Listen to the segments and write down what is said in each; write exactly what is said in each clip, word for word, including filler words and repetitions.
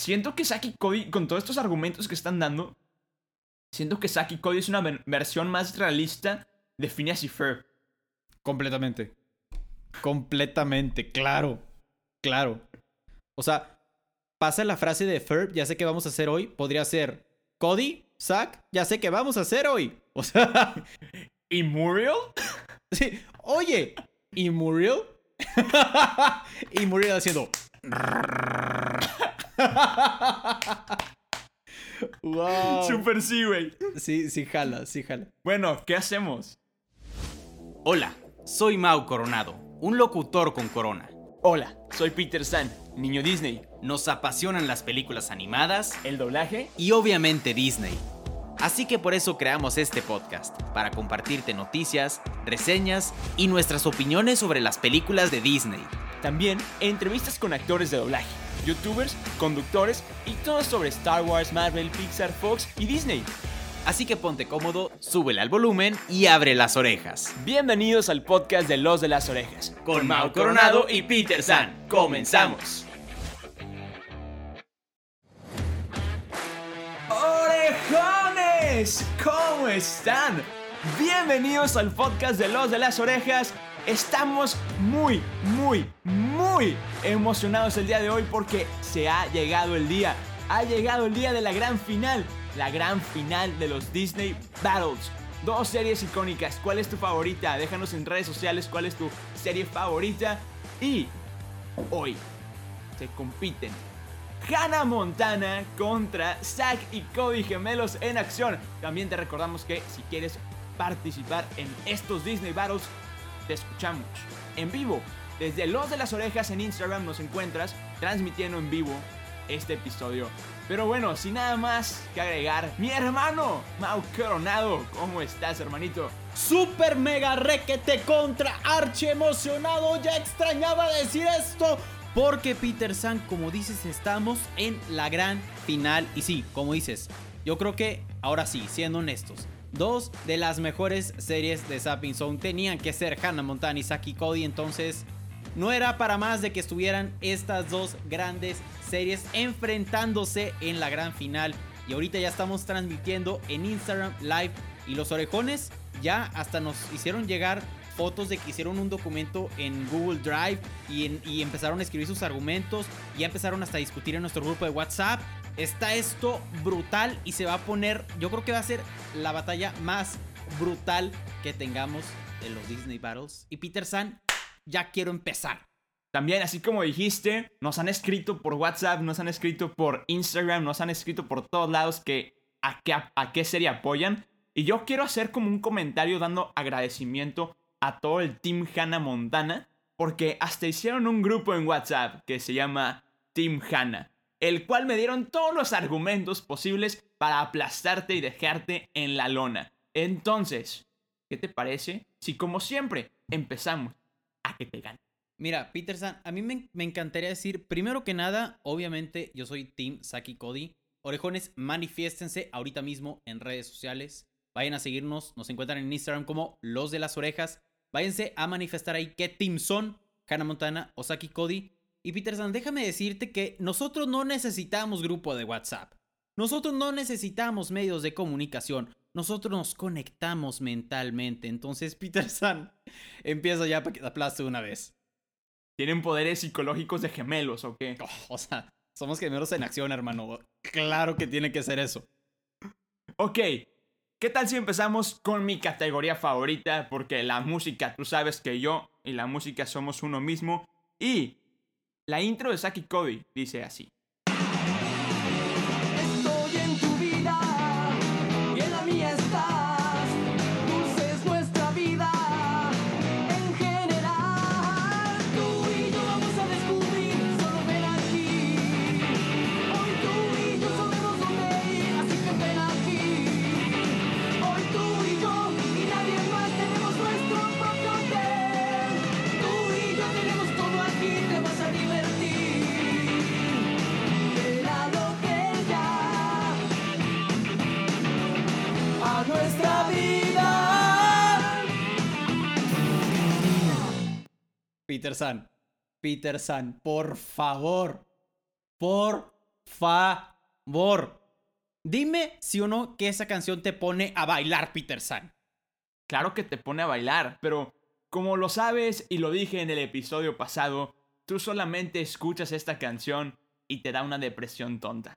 siento que Zack y Cody, con todos estos argumentos que están dando, siento que Zack y Cody es una ver- versión más realista de Phineas y Ferb. Completamente. Completamente, claro. Claro. O sea, pasa la frase de Ferb, ya sé qué vamos a hacer hoy. Podría ser Cody, Zack, ya sé qué vamos a hacer hoy. O sea, ¿Y Muriel? sí. Oye, ¿y Muriel? Y Muriel haciendo. Wow. Super sí, güey. Sí, sí jala, sí jala. Bueno, ¿qué hacemos? Hola, soy Mau Coronado, un locutor con corona. Hola, soy Peter San, niño Disney. Nos apasionan las películas animadas ¿El doblaje? y obviamente Disney. Así que por eso creamos este podcast, para compartirte noticias, reseñas y nuestras opiniones sobre las películas de Disney. También entrevistas con actores de doblaje, youtubers, conductores y todo sobre Star Wars, Marvel, Pixar, Fox y Disney. Así que ponte cómodo, súbele al volumen y abre las orejas. Bienvenidos al podcast de Los de las Orejas. Con Mau Coronado y Peter San, comenzamos. ¡Orejones! ¿Cómo están? Bienvenidos al podcast de Los de las Orejas. Estamos muy, muy, muy emocionados el día de hoy porque se ha llegado el día. Ha llegado el día de la gran final. La gran final de los Disney Battles. Dos series icónicas. ¿Cuál es tu favorita? Déjanos en redes sociales cuál es tu serie favorita. Y hoy se compiten Hannah Montana contra Zack y Cody, gemelos en acción. También te recordamos que si quieres participar en estos Disney Battles, te escuchamos en vivo. Desde Los de las Orejas en Instagram nos encuentras transmitiendo en vivo este episodio. Pero bueno, sin nada más que agregar, mi hermano Mau Coronado, ¿cómo estás, hermanito? Super mega requete contra archi emocionado. Ya extrañaba decir esto. Porque Peter San, como dices, estamos en la gran final. Y sí, como dices, yo creo que ahora sí, siendo honestos, dos de las mejores series de Zapping Zone tenían que ser Hannah Montana y Zack y Cody. Entonces no era para más de que estuvieran estas dos grandes series enfrentándose en la gran final. Y ahorita ya estamos transmitiendo en Instagram Live. Y los orejones ya hasta nos hicieron llegar fotos de que hicieron un documento en Google Drive y, en, y empezaron a escribir sus argumentos. Y ya empezaron hasta a discutir en nuestro grupo de WhatsApp. Está esto brutal y se va a poner, yo creo que va a ser la batalla más brutal que tengamos en los Disney Battles. Y Peter San, ya quiero empezar. También, así como dijiste, nos han escrito por WhatsApp, nos han escrito por Instagram, nos han escrito por todos lados que a qué, a qué serie apoyan. Y yo quiero hacer como un comentario dando agradecimiento a todo el Team Hannah Montana, porque hasta hicieron un grupo en WhatsApp que se llama Team Hannah, el cual me dieron todos los argumentos posibles para aplastarte y dejarte en la lona. Entonces, ¿qué te parece si, como siempre, empezamos a que te gane? Mira, Peter San, a mí me, me encantaría decir, primero que nada, obviamente yo soy Team Zack y Cody. Orejones, manifiéstense ahorita mismo en redes sociales. Vayan a seguirnos, nos encuentran en Instagram como Los de las Orejas. Váyanse a manifestar ahí qué team son, Hannah Montana o Zack y Cody. Y Peter San, déjame decirte que nosotros no necesitamos grupo de WhatsApp. Nosotros no necesitamos medios de comunicación. Nosotros nos conectamos mentalmente. Entonces, Peter San, empieza ya para que te aplaste una vez. ¿Tienen poderes psicológicos de gemelos o qué? Oh, o sea, somos gemelos en acción, hermano. Claro que tiene que ser eso. Ok, ¿qué tal si empezamos con mi categoría favorita? Porque la música, tú sabes que yo y la música somos uno mismo. Y la intro de Zack y Cody dice así. Estoy en tu vida y en la mía estás. Dulce es nuestra vida en general. Tú y yo vamos a descubrir, solo ven aquí. Hoy tú y yo sabemos dónde ir, así que ven aquí. Hoy tú y yo y nadie más tenemos nuestro propio hotel. Tú y yo tenemos todo aquí, te vas a divertir. Verá lo que ya a nuestra vida. Peter San, Peter San, por favor, por favor. Dime si o no que esa canción te pone a bailar, Peter San. Claro que te pone a bailar, pero como lo sabes y lo dije en el episodio pasado, tú solamente escuchas esta canción y te da una depresión tonta.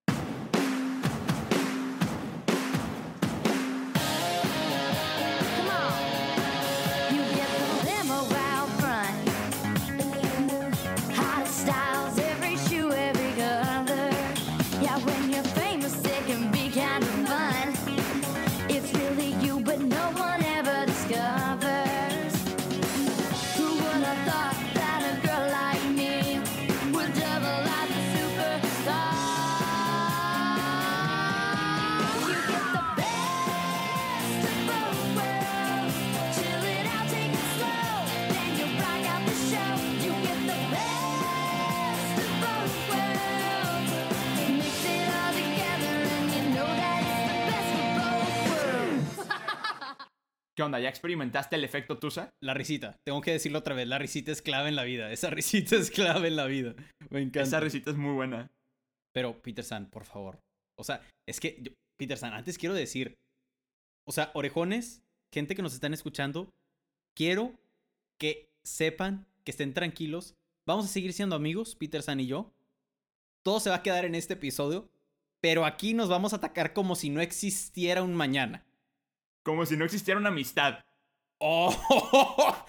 ¿Qué onda? ¿Ya experimentaste el efecto Tusa? La risita. Tengo que decirlo otra vez. La risita es clave en la vida. Esa risita es clave en la vida. Me encanta. Esa risita es muy buena. Pero, Peter San, por favor. O sea, es que, yo, Peter San, antes quiero decir... O sea, orejones, gente que nos están escuchando, quiero que sepan, que estén tranquilos. Vamos a seguir siendo amigos, Peter San y yo. Todo se va a quedar en este episodio. Pero aquí nos vamos a atacar como si no existiera un mañana. Como si no existiera una amistad. ¡Oh!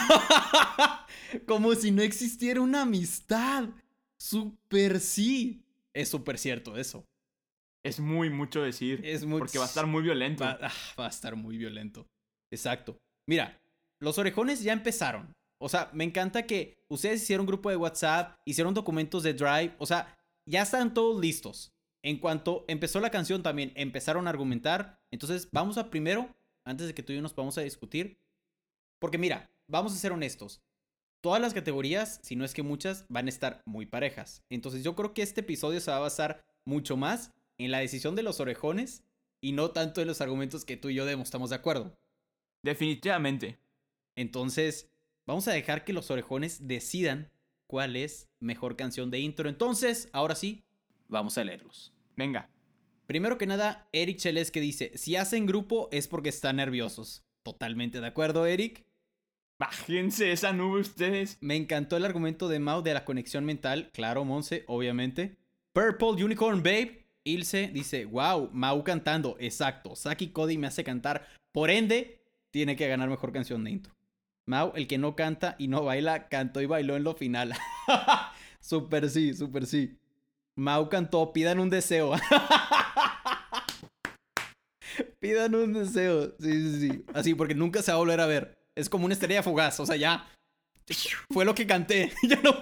Como si no existiera una amistad. Súper sí. Es súper cierto eso. Es muy mucho decir. Es muy... Porque va a estar muy violento. Va, ah, va a estar muy violento. Exacto. Mira, los orejones ya empezaron. O sea, me encanta que ustedes hicieron un grupo de WhatsApp, hicieron documentos de Drive. O sea, ya están todos listos. En cuanto empezó la canción también empezaron a argumentar. Entonces vamos a primero, antes de que tú y yo nos vamos a discutir. Porque mira, vamos a ser honestos. Todas las categorías, si no es que muchas, van a estar muy parejas. Entonces yo creo que este episodio se va a basar mucho más en la decisión de los orejones y no tanto en los argumentos que tú y yo demostramos de acuerdo. Definitivamente. Entonces vamos a dejar que los orejones decidan cuál es mejor canción de intro. Entonces, ahora sí, vamos a leerlos. Venga. Primero que nada, Eric Cheles que dice, si hacen grupo es porque están nerviosos. Totalmente de acuerdo, Eric. Bájense esa nube ustedes. Me encantó el argumento de Mau de la conexión mental. Claro, Monse, obviamente. Purple Unicorn Babe. Ilse dice, wow, Mau cantando. Exacto, Saki Cody me hace cantar. Por ende, tiene que ganar mejor canción de intro. Mau, el que no canta y no baila, cantó y bailó en lo final. Súper sí, súper sí. Mau cantó, pidan un deseo. Pidan un deseo. Sí, sí, sí. Así, porque nunca se va a volver a ver. Es como una estrella fugaz. O sea, ya. Fue lo que canté. Ya no.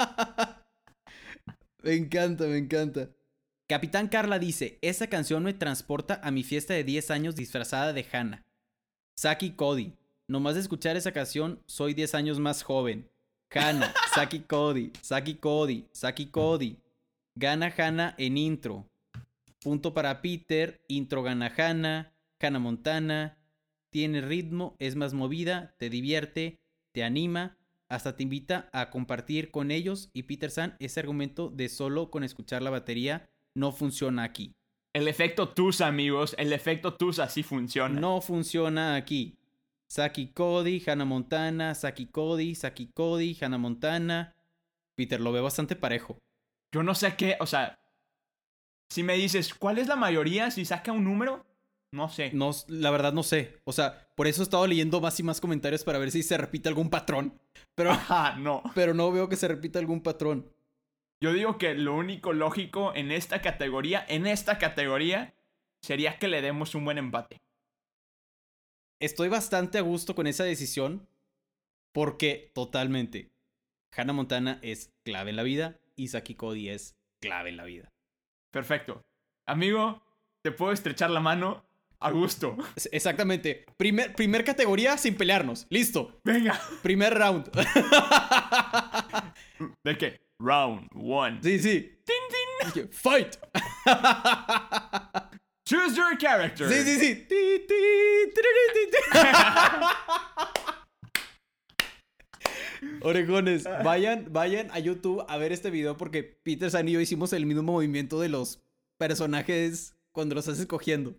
Me encanta, me encanta. Capitán Carla dice, esa canción me transporta a mi fiesta de diez años disfrazada de Hannah. Saki Cody. Nomás de escuchar esa canción, soy diez años más joven. Hannah, Saki Cody, Saki Cody, Saki Cody. Gana Hannah en intro. Punto para Peter. Intro gana Hannah. Hannah Montana. Tiene ritmo, es más movida, te divierte, te anima, hasta te invita a compartir con ellos. Y Peter San, ese argumento de solo con escuchar la batería no funciona aquí. El efecto Tusa, amigos. El efecto Tusa sí funciona. No funciona aquí. Saki Cody, Hannah Montana, Saki Cody, Saki Cody, Hannah Montana. Peter, lo veo bastante parejo. Yo no sé qué, o sea, si me dices, ¿cuál es la mayoría si saca un número? No sé. No, la verdad no sé. O sea, por eso he estado leyendo más y más comentarios para ver si se repite algún patrón. Pero, Ajá, no. pero no veo que se repita algún patrón. Yo digo que lo único lógico en esta categoría, en esta categoría, sería que le demos un buen empate. Estoy bastante a gusto con esa decisión porque totalmente Hannah Montana es clave en la vida y Saki Cody es clave en la vida. Perfecto. Amigo, te puedo estrechar la mano a gusto. Exactamente. Primer, primer categoría sin pelearnos. Listo. Venga. Primer round. ¿De qué? Round one. Sí, sí. ¡Tin, tin! Fight. Choose your character. Sí, sí, sí. Ti, ti, ti, ti, ti. Orejones, vayan, vayan a YouTube a ver este video porque Peter San y yo hicimos el mismo movimiento de los personajes cuando los estás escogiendo.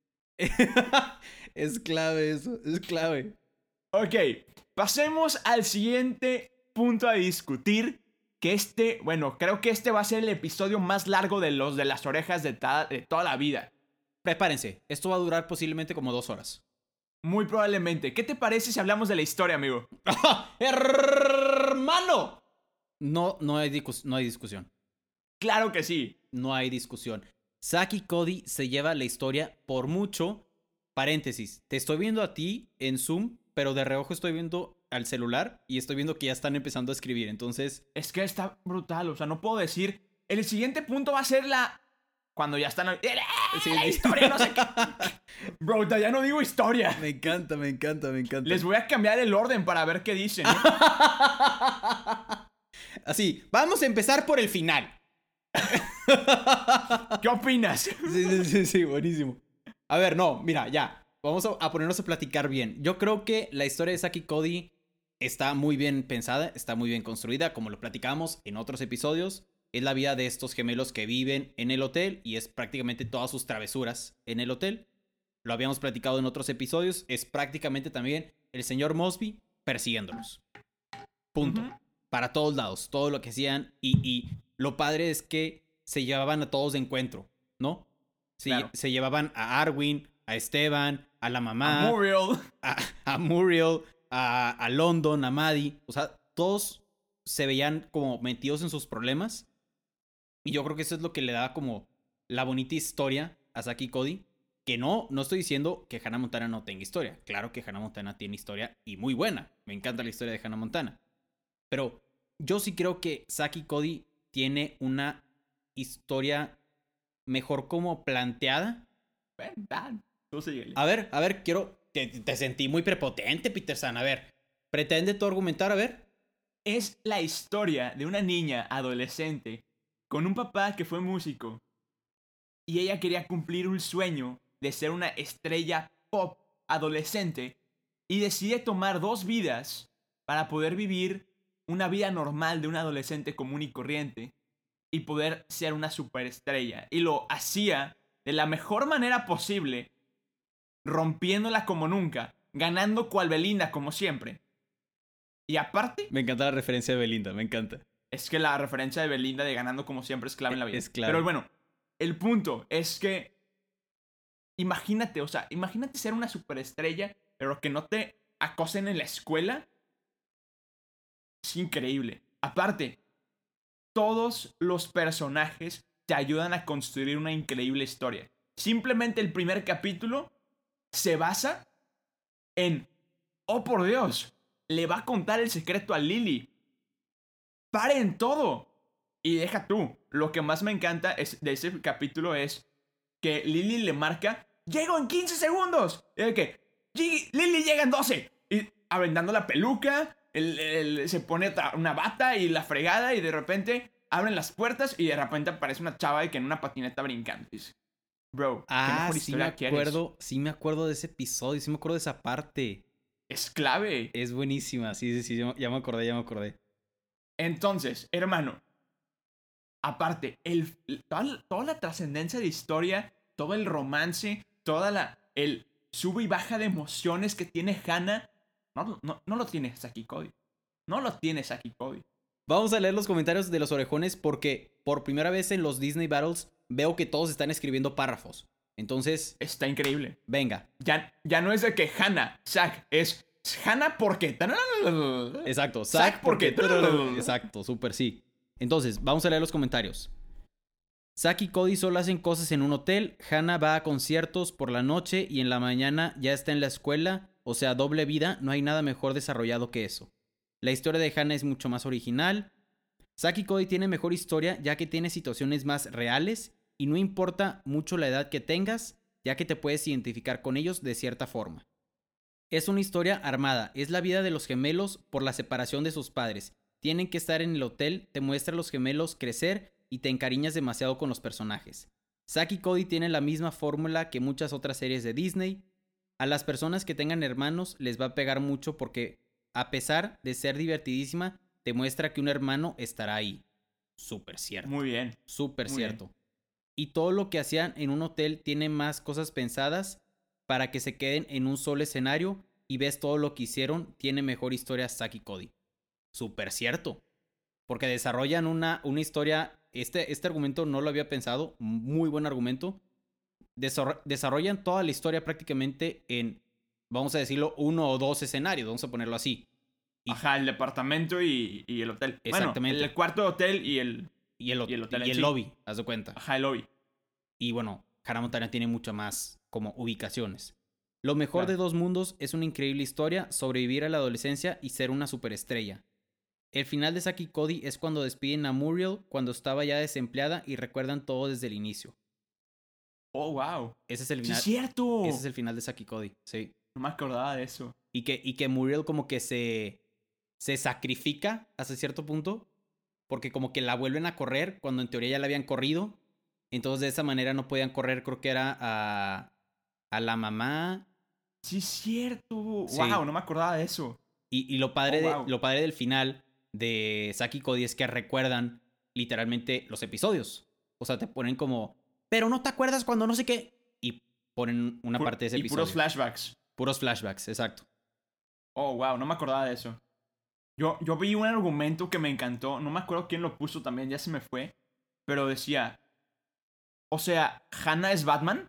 Es clave eso, es clave. Ok, pasemos al siguiente punto a discutir. Que este, bueno, creo que este va a ser el episodio más largo de los de las orejas de, ta- de toda la vida. Prepárense, esto va a durar posiblemente como dos horas. Muy probablemente. ¿Qué te parece si hablamos de la historia, amigo? ¡Hermano! No, no hay, discus- no hay discusión. Claro que sí. No hay discusión. Zack y Cody se lleva la historia por mucho. Paréntesis, te estoy viendo a ti en Zoom, pero de reojo estoy viendo al celular y estoy viendo que ya están empezando a escribir, entonces... Es que está brutal, o sea, no puedo decir... El siguiente punto va a ser la... Cuando ya están... ¡Eh, Sí, la sí. historia, no sé qué! Bro, ya no digo historia. Me encanta, me encanta, me encanta. Les voy a cambiar el orden para ver qué dicen, ¿eh? Así, vamos a empezar por el final. ¿Qué opinas? Sí, sí, sí, sí, buenísimo. A ver, no, mira, ya. Vamos a, a ponernos a platicar bien. Yo creo que la historia de Zack y Cody está muy bien pensada, está muy bien construida, como lo platicamos en otros episodios. Es la vida de estos gemelos que viven en el hotel y es prácticamente todas sus travesuras en el hotel. Lo habíamos platicado en otros episodios. Es prácticamente también el señor Mosby persiguiéndolos. Punto. Ujú. Para todos lados, todo lo que hacían. Y, y lo padre es que se llevaban a todos de encuentro, ¿no? Sí, Claro. se llevaban a Arwen, a Esteban, a la mamá, A Muriel. a, a Muriel, a, a London, a Maddie. O sea, todos se veían como metidos en sus problemas. Y yo creo que eso es lo que le da como la bonita historia a Zack y Cody. Que no, no estoy diciendo que Hannah Montana no tenga historia. Claro que Hannah Montana tiene historia y muy buena. Me encanta la historia de Hannah Montana. Pero yo sí creo que Zack y Cody tiene una historia mejor como planteada. Ven, Dan, tú síguele. A ver, a ver, quiero... Te, te sentí muy prepotente, Peter San. A ver, pretende tú argumentar, a ver. Es la historia de una niña adolescente con un papá que fue músico y ella quería cumplir un sueño de ser una estrella pop adolescente y decide tomar dos vidas para poder vivir una vida normal de un adolescente común y corriente y poder ser una superestrella. Y lo hacía de la mejor manera posible, rompiéndola como nunca, ganando cual Belinda como siempre. Y aparte, Me encanta la referencia de Belinda, me encanta. es que la referencia de Belinda de ganando como siempre es clave en la vida. Es clave. Pero bueno, el punto es que imagínate, o sea, imagínate ser una superestrella, pero que no te acosen en la escuela. Es increíble. Aparte, todos los personajes te ayudan a construir una increíble historia. Simplemente el primer capítulo se basa en, oh por Dios, le va a contar el secreto a Lily. Paren todo. Y deja tú, lo que más me encanta es, de ese capítulo es que Lily le marca, llego en quince segundos. Y de que, "Lily Lily llega en doce. Y aventando la peluca, el, el- se pone otra- una bata y la fregada y de repente abren las puertas y de repente aparece una chava de que en una patineta brincando. Y dice, bro, ¿qué Ah, mejor sí me historia quieres? acuerdo, sí me acuerdo de ese episodio, sí me acuerdo de esa parte. Es clave. Es buenísima, sí, sí, sí, ya ya me acordé, ya me acordé. Entonces, hermano, aparte, el, toda, la- toda la trascendencia de historia, todo el romance, toda la el sube y baja de emociones que tiene Hannah, no, no, no lo tiene Zack y Cody. No lo tiene Zack y Cody. Vamos a leer los comentarios de los orejones porque por primera vez en los Disney Battles veo que todos están escribiendo párrafos. Entonces, Está increíble. venga. Ya, ya no es de que Hannah, Zack, es Hannah porque... Exacto. Zack, porque- Exacto, súper sí. Entonces, vamos a leer los comentarios. Zack y Cody solo hacen cosas en un hotel. Hannah va a conciertos por la noche y en la mañana ya está en la escuela. O sea, doble vida. No hay nada mejor desarrollado que eso. La historia de Hannah es mucho más original. Zack y Cody tienen mejor historia ya que tiene situaciones más reales y no importa mucho la edad que tengas, ya que te puedes identificar con ellos de cierta forma. Es una historia armada, es la vida de los gemelos por la separación de sus padres. Tienen que estar en el hotel, te muestra a los gemelos crecer y te encariñas demasiado con los personajes. Zack y Cody tienen la misma fórmula que muchas otras series de Disney. A las personas que tengan hermanos les va a pegar mucho porque a pesar de ser divertidísima, te muestra que un hermano estará ahí. Súper cierto. Muy bien. Súper Muy cierto. Y todo lo que hacían en un hotel tiene más cosas pensadas para que se queden en un solo escenario y ves todo lo que hicieron, tiene mejor historia Zack y Cody. Súper cierto. Porque desarrollan una, una historia, este, este argumento no lo había pensado, muy buen argumento. Desarro- desarrollan toda la historia prácticamente en, vamos a decirlo, uno o dos escenarios, vamos a ponerlo así. Y, Ajá, el departamento y, y el hotel. Exactamente. Bueno, el cuarto de hotel y el... y el, y el hotel y en el sí. lobby, haz de cuenta. Ajá, el lobby. Y bueno, Hannah Montana tiene mucho más como ubicaciones. Lo mejor Claro. de Dos Mundos es una increíble historia, sobrevivir a la adolescencia y ser una superestrella. El final de Zack y Cody es cuando despiden a Muriel cuando estaba ya desempleada y recuerdan todo desde el inicio. Oh, wow. Ese es el ¡Sí final. es cierto! Ese es el final de Zack y Cody, sí. No me acordaba de eso. Y que, y que Muriel como que se, se sacrifica hasta cierto punto. Porque como que la vuelven a correr cuando en teoría ya la habían corrido. Entonces de esa manera no podían correr, creo que era a, a la mamá. ¡Sí es cierto! Sí. ¡Wow! No me acordaba de eso. Y, y lo, padre Oh, de, wow. lo padre del final de Zack y Cody es que recuerdan literalmente los episodios. O sea, te ponen como, pero no te acuerdas cuando no sé qué. Y ponen una Pu- parte de ese y episodio. puros flashbacks. Puros flashbacks, exacto. Oh, wow, no me acordaba de eso. Yo, yo vi un argumento que me encantó. No me acuerdo quién lo puso también, ya se me fue. Pero decía... O sea, ¿Hannah es Batman?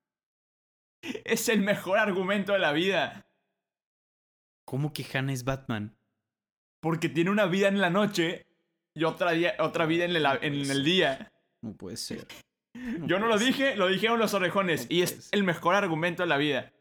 Es el mejor argumento de la vida. ¿Cómo que Hannah es Batman? Porque tiene una vida en la noche y otra, día, otra vida en el, en el día. No puede ser. Yo no lo dije, lo dijeron los orejones. No Y es puede ser. el mejor argumento de la vida.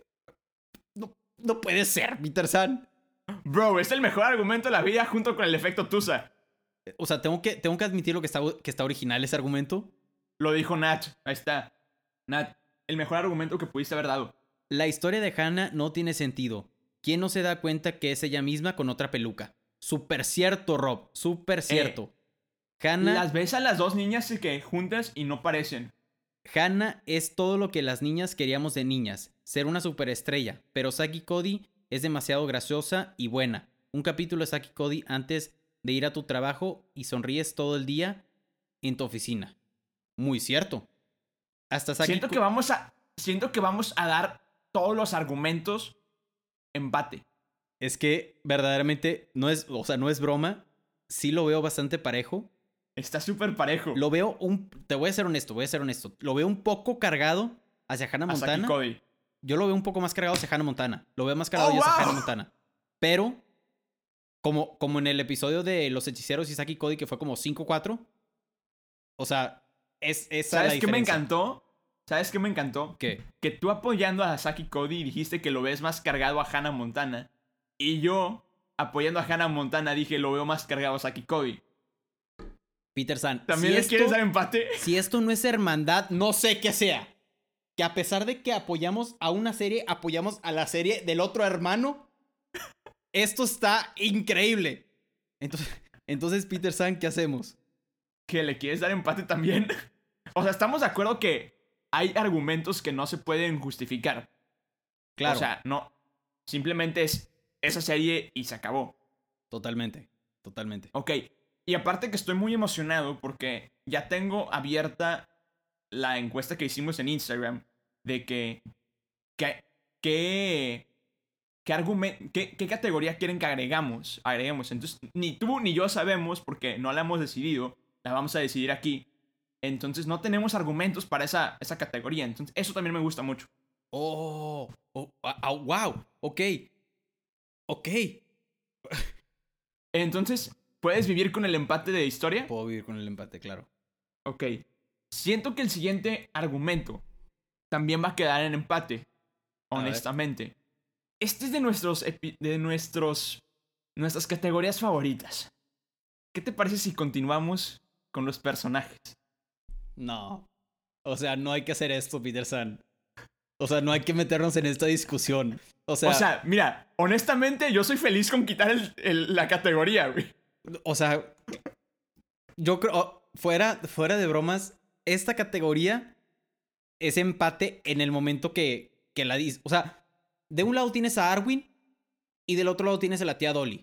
No, no puede ser, Peter San. Bro, es el mejor argumento de la vida junto con el efecto Tusa. O sea, tengo que, tengo que admitir lo que está, que está original ese argumento. Lo dijo Nat. Ahí está. Nat, el mejor argumento que pudiste haber dado. La historia de Hannah no tiene sentido. ¿Quién no se da cuenta que es ella misma con otra peluca? Súper cierto, Rob. Súper cierto. Hannah, Las ves a las dos niñas que juntas y no parecen. Hannah es todo lo que las niñas queríamos de niñas. Ser una superestrella. Pero Zack y Cody es demasiado graciosa y buena. Un capítulo de Zack y Cody antes de ir a tu trabajo y sonríes todo el día en tu oficina. Muy cierto. Hasta Zack y Siento Co- que vamos a. Siento que vamos a dar todos los argumentos empate. Es que verdaderamente no es, o sea, no es broma. Sí lo veo bastante parejo. Está súper parejo. Lo veo un, te voy a ser honesto, voy a ser honesto. Lo veo un poco cargado hacia Hannah a Zack y Montana. Cody. Yo lo veo un poco más cargado hacia Hannah Montana. Lo veo más cargado ¡Oh, yo hacia wow! Hannah Montana. Pero, como, como en el episodio de Los Hechiceros y Zack y Cody, que fue como cinco cuatro. O sea, es esa ¿Sabes la qué me diferencia. encantó? ¿Sabes qué me encantó? ¿Qué? Que tú apoyando a Zack y Cody dijiste que lo ves más cargado a Hannah Montana. Y yo, apoyando a Hannah Montana, dije lo veo más cargado a Zack y Cody. Peter San. ¿También si le esto- quieres dar empate? Si esto no es hermandad, no sé qué sea. Que a pesar de que apoyamos a una serie, apoyamos a la serie del otro hermano. Esto está increíble. Entonces, entonces Peter San, ¿qué hacemos? ¿Que le quieres dar empate también? O sea, estamos de acuerdo que hay argumentos que no se pueden justificar. Claro, O sea, no. Simplemente es esa serie y se acabó. totalmente, totalmente. Ok. Y aparte que estoy muy emocionado porque ya tengo abierta la encuesta que hicimos en Instagram de que... que, que ¿Qué, argumen- qué, ¿Qué categoría quieren que agregamos? Agreguemos. Entonces, ni tú ni yo sabemos porque no la hemos decidido. La vamos a decidir aquí. Entonces, no tenemos argumentos para esa, esa categoría. Entonces, eso también me gusta mucho. Oh, oh, ah, ah, wow, ok. Ok. Entonces, ¿puedes vivir con el empate de historia? Puedo vivir con el empate, claro. Ok. Siento que el siguiente argumento también va a quedar en empate. A ver. Honestamente. Este es de nuestros epi- de nuestros nuestras categorías favoritas. ¿Qué te parece si continuamos con los personajes? No. O sea, no hay que hacer esto, Peter San. O sea, no hay que meternos en esta discusión. O sea, O sea, mira, honestamente yo soy feliz con quitar el- el- la categoría, güey. o sea, yo creo, oh, fuera, fuera de bromas, esta categoría es empate en el momento que, que la dices. O sea, de un lado tienes a Arwin Y del otro lado tienes a la tía Dolly.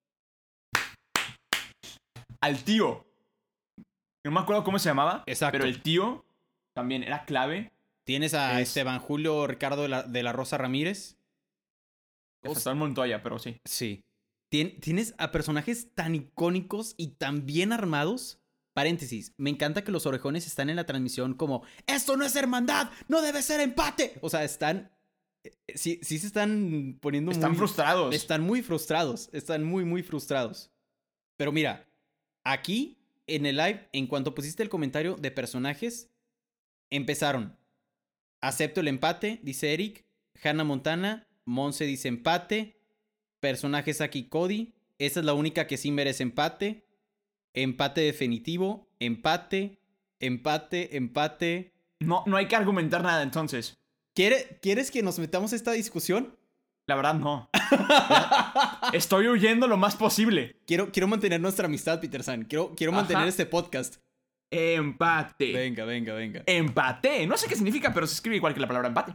Al tío. No me acuerdo cómo se llamaba. Exacto. Pero el tío también era clave. Tienes a Es- Esteban Julio Ricardo de la, de la Rosa Ramírez. Está en Montoya, pero sí. Sí. Tien- tienes a personajes tan icónicos y tan bien armados. Paréntesis, me encanta que los orejones están en la transmisión como ¡esto no es hermandad! ¡No debe ser empate! O sea, están... eh, Sí, sí se están poniendo Están muy... frustrados. Están muy frustrados. Están muy, muy frustrados. Pero mira, aquí en el live, en cuanto pusiste el comentario de personajes, empezaron. Acepto el empate, dice Eric. Hannah Montana. Monse dice empate. Personajes aquí Cody. Esa es la única que sí merece empate. Empate definitivo. Empate. Empate. Empate. No, no hay que argumentar nada entonces. ¿Quiere, ¿Quieres que nos metamos a esta discusión? La verdad, no. Estoy huyendo lo más posible. Quiero, quiero mantener nuestra amistad, Peter San. Quiero, quiero Ajá. mantener este podcast. Empate. Venga, venga, venga. Empate. No sé qué significa, pero se escribe igual que la palabra empate.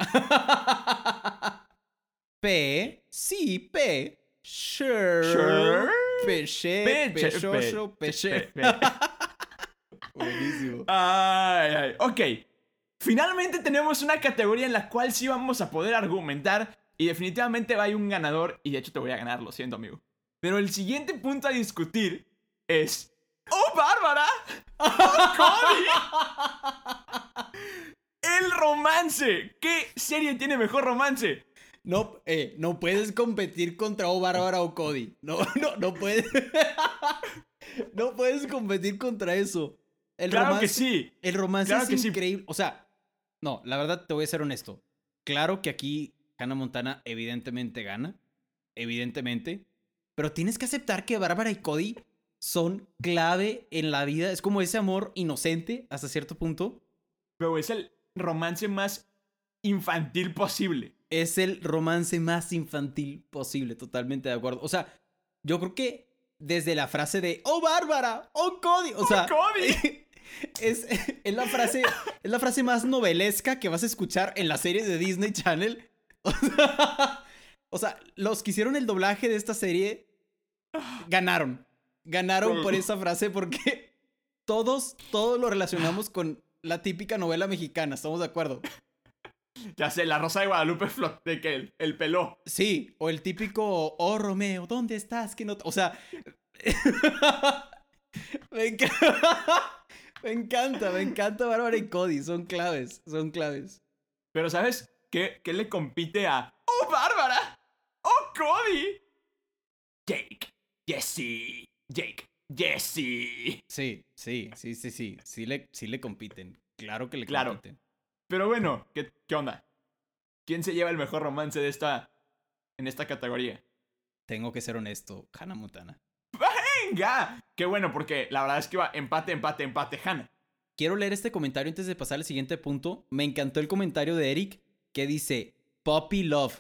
P. Sí, P. Sure. Sure. Peche. Peche, Pechocho. pe- Peche. pe- Buenísimo. Ay, ay. Ok. Finalmente tenemos una categoría en la cual sí vamos a poder argumentar. Y definitivamente hay un ganador. Y de hecho te voy a ganar, lo siento, amigo. Pero el siguiente punto a discutir es... ¡Oh, Bárbara! ¡Oh, Cody! ¡El romance! ¿Qué serie tiene mejor romance? No, eh, no puedes competir contra O Bárbara o Cody. No, no, no puedes. No puedes competir contra eso. El Claro romance, que sí. El romance Claro es que sí. increíble. O sea, no, la verdad te voy a ser honesto. Claro que aquí Hannah Montana evidentemente gana. Evidentemente. Pero tienes que aceptar que Bárbara y Cody son clave en la vida. Es como ese amor inocente hasta cierto punto. Pero es el romance más infantil posible. Es el romance más infantil posible, totalmente de acuerdo. O sea, yo creo que desde la frase de ¡Oh, Bárbara! ¡Oh, Cody! O sea, Cody! es, es, la frase, es la frase más novelesca que vas a escuchar en las series de Disney Channel. O sea, o sea, los que hicieron el doblaje de esta serie ganaron. Ganaron por esa frase porque todos, todos lo relacionamos con la típica novela mexicana, ¿estamos de acuerdo? Ya sé, la Rosa de Guadalupe flot de que el, el peló. Sí, o el típico, oh Romeo, ¿dónde estás? Que no te-". O sea, me, enc- me encanta, me encanta Bárbara y Cody, son claves, son claves. Pero ¿sabes qué, qué le compite a ¡Oh, Bárbara! ¡Oh, Cody! Jake. Jesse. Jake. Jesse. Sí, sí, sí, sí, sí, sí le, sí le compiten, claro que le Claro. compiten. Pero bueno, ¿qué, ¿qué onda? ¿Quién se lleva el mejor romance de esta... en esta categoría? Tengo que ser honesto, Hannah Montana. ¡Venga! Qué bueno, porque la verdad es que va empate, empate, empate, Hannah. Quiero leer este comentario antes de pasar al siguiente punto. Me encantó el comentario de Eric que dice, Puppy Love.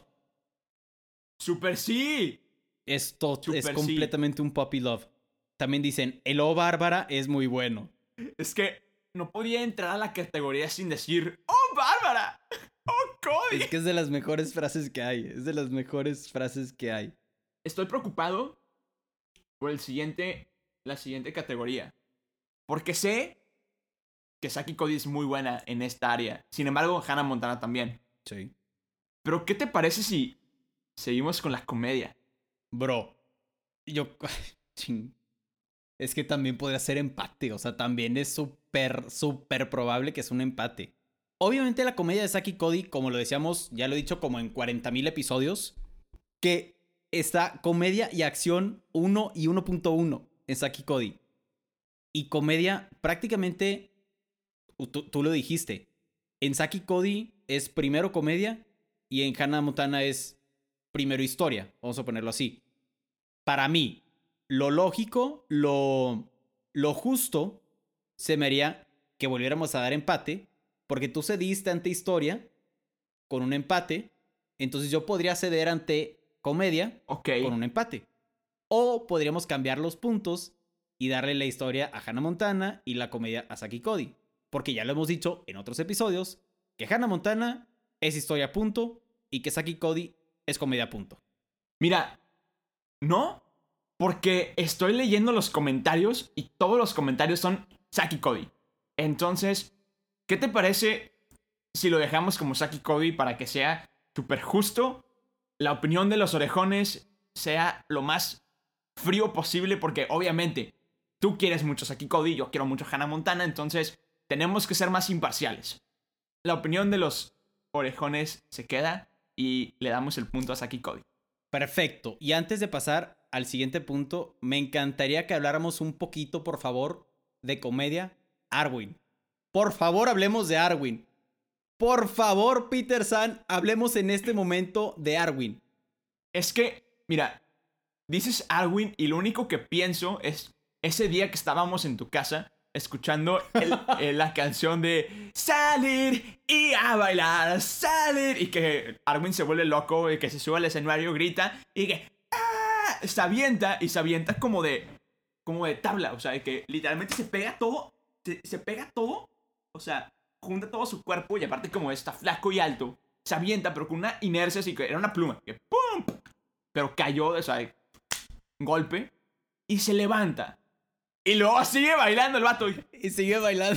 ¡Super sí! Esto Súper es sí. completamente un Puppy Love. También dicen, el O Bárbara es muy bueno. Es que no podía entrar a la categoría sin decir ¡Oh, Bárbara! ¡Oh, Cody! Es que es de las mejores frases que hay. Es de las mejores frases que hay. Estoy preocupado por el siguiente, la siguiente categoría. Porque sé que Saki Cody es muy buena en esta área. Sin embargo, Hannah Montana también. Sí. Pero ¿qué te parece si seguimos con la comedia? Bro. Yo... Ching. Es que también podría ser empate. O sea, también es súper, súper probable que es un empate. Obviamente la comedia de Saki Cody, como lo decíamos, ya lo he dicho como en cuarenta mil episodios, que está comedia y acción uno y uno punto uno en Saki Cody. Y comedia prácticamente, tú, tú lo dijiste, en Saki Cody es primero comedia y en Hannah Montana es primero historia, vamos a ponerlo así. Para mí, lo lógico, lo, lo justo, se me haría que volviéramos a dar empate, porque tú cediste ante historia con un empate, entonces yo podría ceder ante comedia Ok. con un empate. O podríamos cambiar los puntos y darle la historia a Hannah Montana y la comedia a Saki Cody. Porque ya lo hemos dicho en otros episodios, que Hannah Montana es historia punto y que Saki Cody es comedia punto. Mira, no, porque estoy leyendo los comentarios y todos los comentarios son Zack y Cody. Entonces, ¿qué te parece si lo dejamos como Zack y Cody para que sea súper justo? La opinión de los orejones sea lo más frío posible, porque obviamente tú quieres mucho a Zack y Cody, yo quiero mucho a Hannah Montana, entonces tenemos que ser más imparciales. La opinión de los orejones se queda y le damos el punto a Zack y Cody. Perfecto. Y antes de pasar al siguiente punto, me encantaría que habláramos un poquito, por favor, de comedia. Arwen. Por favor, hablemos de Arwen. Por favor, Peter San, hablemos en este momento de Arwen. Es que, mira, dices Arwen y lo único que pienso es ese día que estábamos en tu casa escuchando el, el, la canción de salir y a bailar, salir, y que Arwen se vuelve loco y que se sube al escenario, grita y que ¡ah! Se avienta y se avienta como de como de tabla, o sea, de que literalmente se pega todo, se, se pega todo, o sea, junta todo su cuerpo y aparte como está flaco y alto, se avienta pero con una inercia así que era una pluma, que ¡pum! Pero cayó, o sea, de golpe y se levanta. Y luego sigue bailando el vato. Y sigue bailando.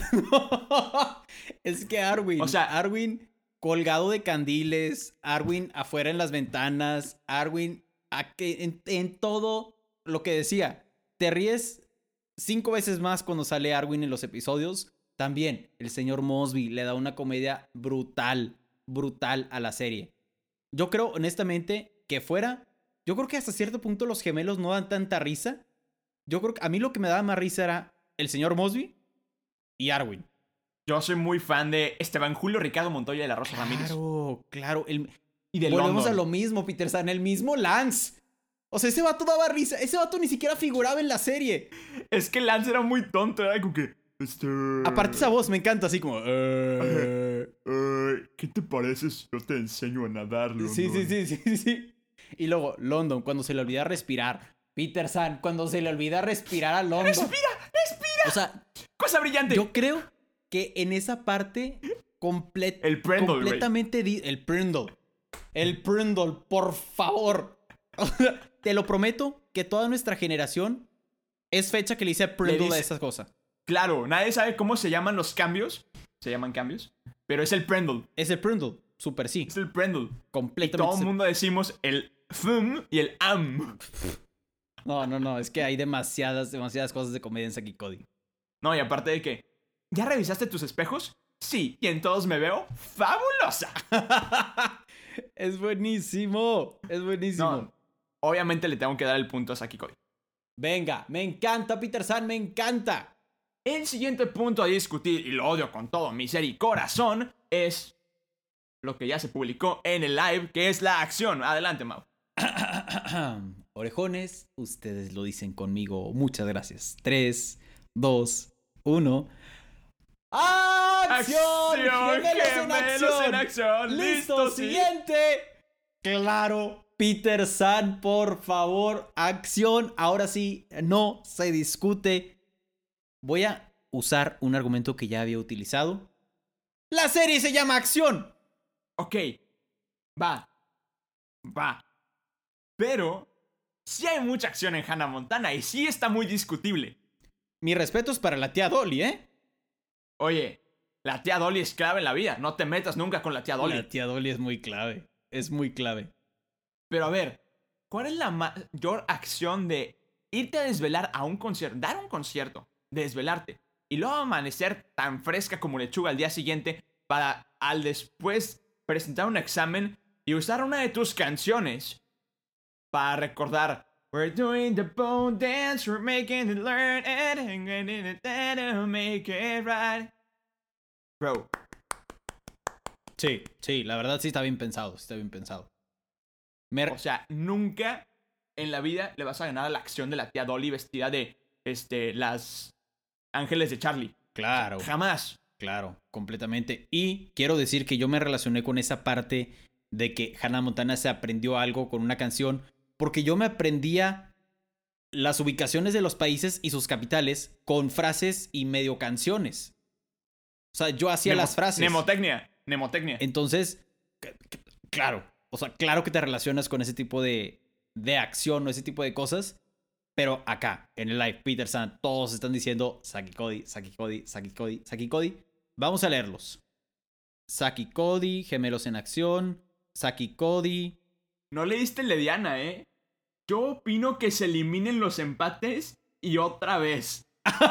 Es que Arwen, o sea, Arwen colgado de candiles, Arwen afuera en las ventanas, Arwen a que, en, en todo lo que decía. Te ríes cinco veces más cuando sale Arwen en los episodios. También el señor Mosby le da una comedia brutal, brutal a la serie. Yo creo, honestamente, que fuera... Yo creo que hasta cierto punto los gemelos no dan tanta risa. Yo creo que a mí lo que me daba más risa era el señor Mosby y Arwen. Yo soy muy fan de Esteban Julio Ricardo Montoya de la Rosa Claro, Ramírez. Claro, claro. El... Y de Volvemos London. a lo mismo, Peter San. El mismo Lance. O sea, ese vato daba risa. Ese vato ni siquiera figuraba en la serie. Es que Lance era muy tonto, era como que... Este... Aparte esa voz me encanta, así como... Uh... Uh, ¿Qué te parece si yo te enseño a nadar, London? Sí, sí, sí, sí, sí. Y luego, London, cuando se le olvida respirar. Peter San, cuando se le olvida respirar a London. ¡Respira! ¡Respira! O sea, cosa brillante. Yo creo que en esa parte comple- el Prindle, completamente di- el Prindle. El Prindle, por favor. Te lo prometo que toda nuestra generación es fecha que le dice Prindle Le dice- a esas cosas. Claro, nadie sabe cómo se llaman los cambios. Se llaman cambios. Pero es el Prindle. Es el Prindle, super sí. Es el Prindle. Y Completamente. todo el se- mundo decimos el fum y el am. No, no, no, es que hay demasiadas, demasiadas cosas de comedia en Zack y Cody. No, y aparte de que... ¿Ya revisaste tus espejos? Sí, y en todos me veo fabulosa. Es buenísimo, es buenísimo. No, obviamente le tengo que dar el punto a Zack y Cody. Venga, me encanta, Peter San, me encanta. El siguiente punto a discutir, y lo odio con todo mi ser y corazón, es lo que ya se publicó en el live, que es la acción. Adelante, Mau. Orejones, ustedes lo dicen conmigo. Muchas gracias. tres, dos, uno. ¡Acción! ¡Acción! ¡Gemelos, en ¡Gemelos acción! en acción! ¡Listo! ¡Listo, sí! ¡Siguiente! ¡Claro! Peter San, por favor, acción. Ahora sí, no se discute. Voy a usar un argumento que ya había utilizado. ¡La serie se llama Acción! Ok, va, va. Pero sí hay mucha acción en Hannah Montana y sí está muy discutible. Mi respeto es para la tía Dolly, ¿eh? Oye, la tía Dolly es clave en la vida. No te metas nunca con la tía Dolly. La tía Dolly es muy clave. Es muy clave. Pero a ver, ¿cuál es la mayor acción de irte a desvelar a un concierto? Dar un concierto, desvelarte, y luego amanecer tan fresca como lechuga al día siguiente para al después presentar un examen y usar una de tus canciones para recordar We're doing the bone dance, we're making it learn it, and getting it to make it right. Bro. Sí, sí, la verdad sí está bien pensado, sí está bien pensado. Me... O sea, nunca en la vida le vas a ganar a la acción de la tía Dolly vestida de este, las ángeles de Charlie. Claro. Jamás. Claro, completamente. Y quiero decir que yo me relacioné con esa parte de que Hannah Montana se aprendió algo con una canción, porque yo me aprendía las ubicaciones de los países y sus capitales con frases y medio canciones. O sea, yo hacía Nemo- las frases. Mnemotecnia. Mnemotecnia. Entonces, c- c- claro. O sea, claro que te relacionas con ese tipo de, de acción o ese tipo de cosas. Pero acá, en el live, Peter San, todos están diciendo Saki Cody, Saki Cody, Saki Cody, Saki Cody. Vamos a leerlos. Saki Cody, Gemelos en Acción, Saki Cody. No leíste el de Diana, ¿eh? Yo opino que se eliminen los empates y otra vez.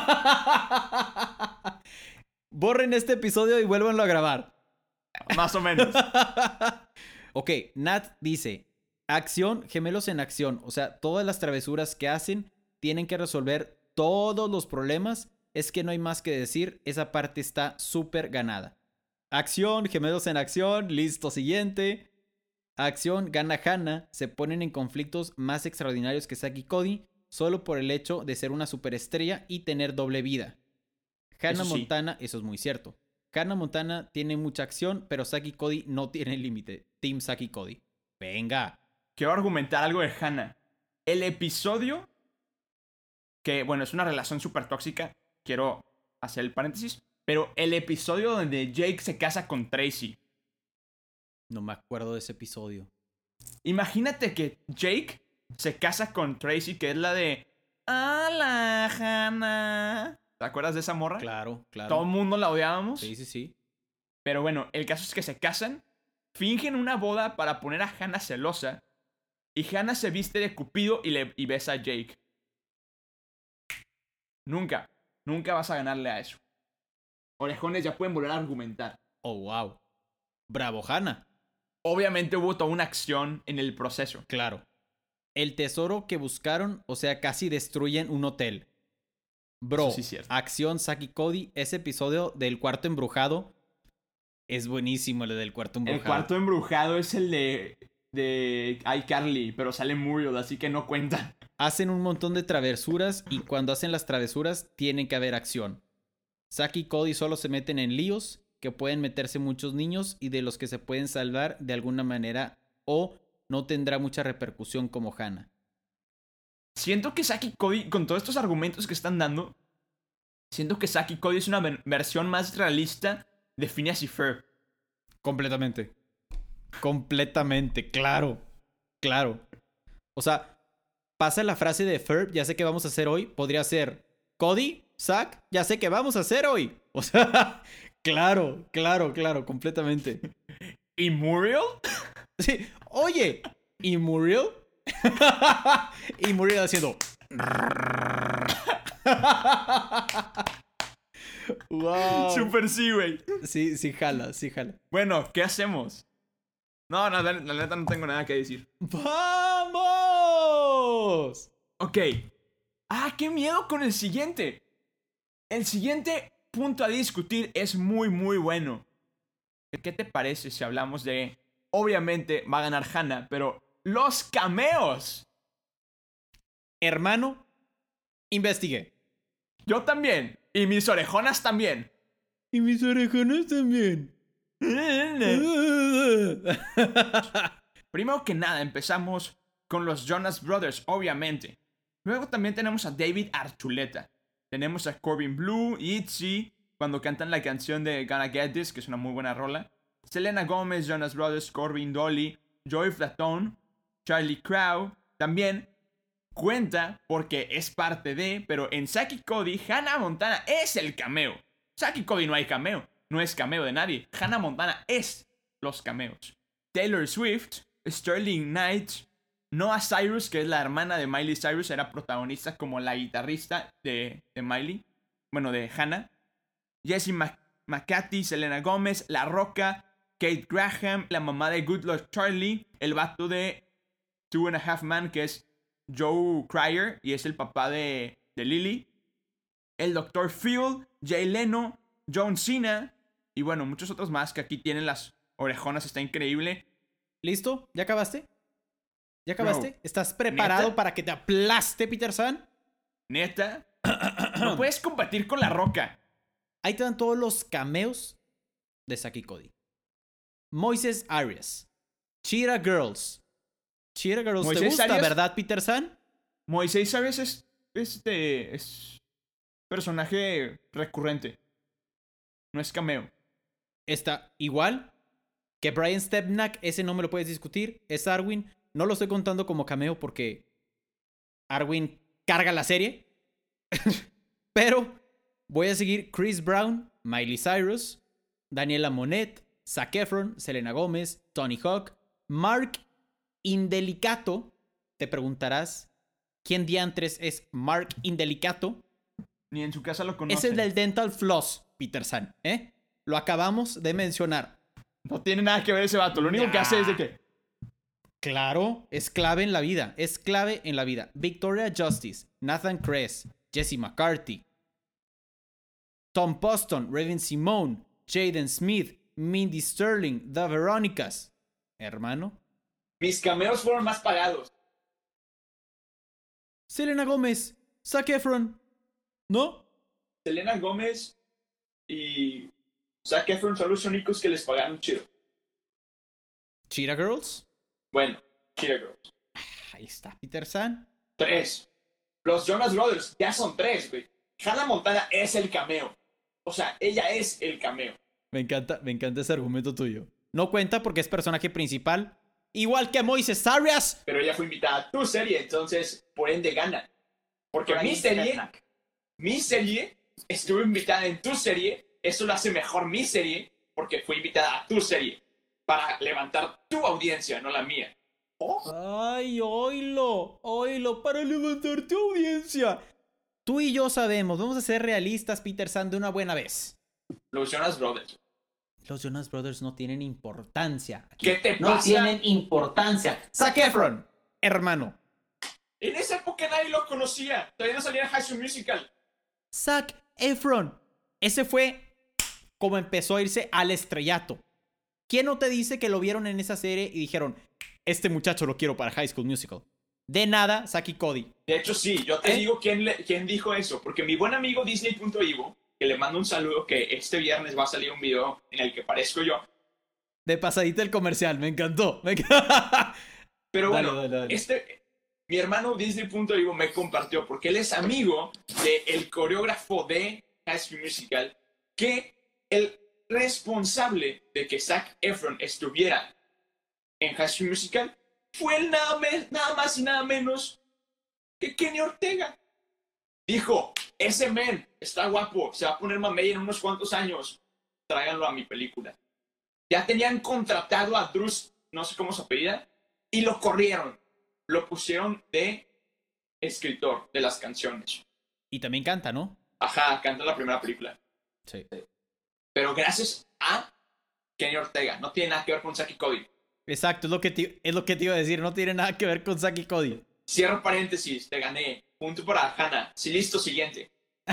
Borren este episodio y vuélvanlo a grabar. Más o menos. Ok, Nat dice, acción, Gemelos en Acción. O sea, todas las travesuras que hacen tienen que resolver todos los problemas. Es que no hay más que decir, esa parte está súper ganada. Acción, Gemelos en Acción, listo, siguiente. Acción, gana Hannah, se ponen en conflictos más extraordinarios que Saki Cody solo por el hecho de ser una superestrella y tener doble vida. Hannah Eso sí. Montana, eso es muy cierto. Hannah Montana tiene mucha acción, pero Saki Cody no tiene límite. Team Saki Cody. Venga. Quiero argumentar algo de Hannah. El episodio, que bueno, es una relación súper tóxica, quiero hacer el paréntesis, pero el episodio donde Jake se casa con Tracy. No me acuerdo de ese episodio. Imagínate que Jake se casa con Tracy, que es la de Hola, Hannah. ¿Te acuerdas de esa morra? Claro, claro. Todo el mundo la odiábamos. Sí, sí, sí. Pero bueno, el caso es que se casan, fingen una boda para poner a Hannah celosa, y Hannah se viste de Cupido y, le, y besa a Jake. Nunca, nunca vas a ganarle a eso. Orejones ya pueden volver a argumentar. Oh, wow. Bravo, Hannah. Obviamente hubo toda una acción en el proceso. Claro. El tesoro que buscaron, o sea, casi destruyen un hotel. Bro, Eso sí es cierto. acción Saki Cody, ese episodio del cuarto embrujado es buenísimo, el del cuarto embrujado. El cuarto embrujado es el de, de iCarly, pero sale Muriel, así que no cuenta. Hacen un montón de travesuras y cuando hacen las travesuras tienen que haber acción. Saki y Cody solo se meten en líos que pueden meterse muchos niños y de los que se pueden salvar de alguna manera o no tendrá mucha repercusión como Hannah. Siento que Saki Cody, con todos estos argumentos que están dando, siento que Saki Cody es una ver- versión más realista de Phineas y Ferb. Completamente. Completamente, claro. Claro. O sea, pasa la frase de Ferb, ya sé qué vamos a hacer hoy, podría ser Cody, Zack, ya sé qué vamos a hacer hoy. O sea, claro, claro, claro, completamente. ¿Y Muriel? Sí, oye, ¿y Muriel? Y Muriel haciendo... Wow. Super sí, güey. Sí, sí jala, sí jala. Bueno, ¿qué hacemos? No, no, la, la neta no tengo nada que decir. ¡Vamos! Ok. Ah, qué miedo con el siguiente. El siguiente punto a discutir es muy, muy bueno. ¿Qué te parece si hablamos de... Obviamente va a ganar Hannah, pero los cameos. Hermano, investigué. Yo también. Y mis orejonas también. Y mis orejonas también. Primero que nada, empezamos con los Jonas Brothers, obviamente. Luego también tenemos a David Archuleta. Tenemos a Corbin Blue y Itzy cuando cantan la canción de Gonna Get This, que es una muy buena rola. Selena Gomez, Jonas Brothers, Corbin Dolly, Joey Flatone, Charlie Crow. También cuenta porque es parte de, pero en Saki Cody, Hannah Montana es el cameo. Saki Cody no hay cameo, no es cameo de nadie. Hannah Montana es los cameos. Taylor Swift, Sterling Knight, Noah Cyrus, que es la hermana de Miley Cyrus, era protagonista como la guitarrista de, de Miley, bueno, de Hannah. Jessie Mac McCarthy, Selena Gomez, La Roca, Kate Graham, la mamá de Good Luck Charlie, el vato de Two and a Half Men, que es Joe Cryer y es el papá de, de Lily, el doctor Phil, Jay Leno, John Cena y bueno, muchos otros más que aquí tienen las orejonas, está increíble. ¿Listo? ¿Ya acabaste? ¿Ya acabaste? Bro, ¿Estás preparado ¿neta? para que te aplaste, Peter San? Neta, no puedes competir con La Roca. Ahí te dan todos los cameos de Saki Cody. Moises Arias. Cheetah Girls. Cheetah Girls, ¿te Moisés gusta, Arias. verdad, Peter San? Moisés Arias es, este, es personaje recurrente, no es cameo. Está igual que Brian Stepnack, ese no me lo puedes discutir. Es Arwin. no lo estoy contando como cameo porque Arwen carga la serie. Pero voy a seguir Chris Brown, Miley Cyrus, Daniela Monet, Zac Efron, Selena Gómez, Tony Hawk, Mark Indelicato. Te preguntarás, ¿quién diantres es Mark Indelicato? Ni en su casa lo Es conocen. el del Dental Floss, Peter San, ¿eh? Lo acabamos de mencionar. No tiene nada que ver ese vato. Lo único que hace es de que... Claro, es clave en la vida. Es clave en la vida. Victoria Justice, Nathan Kress, Jesse McCarthy, Tom Poston, Raven Simone, Jaden Smith, Mindy Sterling, The Veronicas. Hermano. Mis cameos fueron más pagados. Selena Gómez, Zac Efron. ¿No? Selena Gómez y Zac Efron son los únicos que les pagaron chido. Cheetah Girls. Bueno, Cheetah Girls. Ahí está, Peter San. Tres. Los Jonas Brothers ya son tres, güey. Hannah Montana es el cameo. O sea, ella es el cameo. Me encanta, me encanta ese argumento tuyo. No cuenta porque es personaje principal. Igual que Moises Arias. Pero ella fue invitada a tu serie, entonces, por ende, gana. Porque mi serie, mi serie, estuvo invitada en tu serie. Eso lo hace mejor mi serie, porque fue invitada a tu serie. Para levantar tu audiencia, no la mía. Oh. Ay, oílo, oílo, para levantar tu audiencia. Tú y yo sabemos, vamos a ser realistas, Peter San, de una buena vez. Los Jonas Brothers. Los Jonas Brothers no tienen importancia. Aquí. ¿Qué te no pasa? tienen importancia. Zac Efron, hermano. En esa época nadie lo conocía. Todavía no salía en High School Musical. Zac Efron. Ese fue como empezó a irse al estrellato. ¿Quién no te dice que lo vieron en esa serie y dijeron, este muchacho lo quiero para High School Musical? De nada, Zack y Cody. De hecho, sí. Yo te ¿Eh? digo quién, le, quién dijo eso. Porque mi buen amigo Disney.ivo, que le mando un saludo, que este viernes va a salir un video en el que parezco yo. De pasadita el comercial, me encantó. Me enc- Pero Dale, bueno, dale, dale. este... Mi hermano Disney.ivo me compartió, porque él es amigo del coreógrafo de High School Musical, que el responsable de que Zac Efron estuviera en High School Musical fue el nada, me- nada más y nada menos que Kenny Ortega. Dijo, ese men está guapo, se va a poner mamey en unos cuantos años, tráiganlo a mi película. Ya tenían contratado a Bruce, no sé cómo se apellida, y lo corrieron. Lo pusieron de escritor de las canciones. Y también canta, ¿no? Ajá, canta la primera película. Sí. Pero gracias a Kenny Ortega. No tiene nada que ver con Zack y Cody. Exacto, es lo que te, es lo que te iba a decir. No tiene nada que ver con Zack y Cody. Cierro paréntesis, te gané. Punto para Hannah. Sí, listo, siguiente.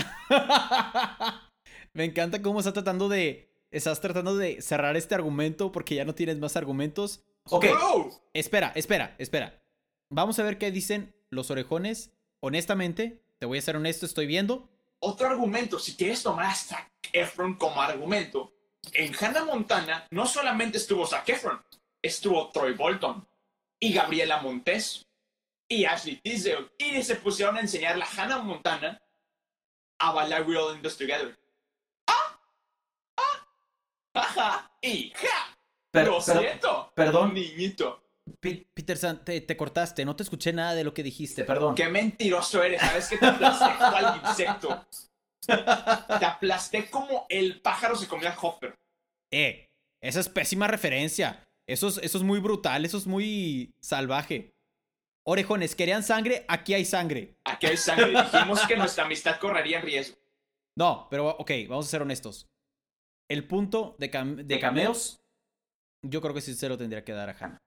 Me encanta cómo estás tratando de... Estás tratando de cerrar este argumento porque ya no tienes más argumentos. Ok, ¡Wow! espera, espera, espera. Vamos a ver qué dicen los orejones. Honestamente, te voy a ser honesto, estoy viendo. Otro argumento, si quieres tomar a Zac Efron como argumento, en Hannah Montana no solamente estuvo Zac Efron, estuvo Troy Bolton y Gabriela Montez y Ashley Tisdale, y se pusieron a enseñarle a Hannah Montana a bailar We All In This Together. ¡Ah! ¡Ah! ¡Ajá! ¡Y ja! Pero- ¡Lo pero- siento! perdón. Niñito. P- Peter San, te, te cortaste. No te escuché nada de lo que dijiste, perdón. ¡Qué mentiroso eres! ¿Sabes que te aplasté cual insecto? Te aplasté como el pájaro se comió a Hopper. Eh, esa es pésima referencia. Eso es, eso es muy brutal, eso es muy salvaje. Orejones, ¿querían sangre? Aquí hay sangre. Aquí hay sangre. Dijimos que nuestra amistad correría en riesgo. No, pero ok, vamos a ser honestos. El punto de, cam- de cameos, yo creo que sí se lo tendría que dar a Hannah.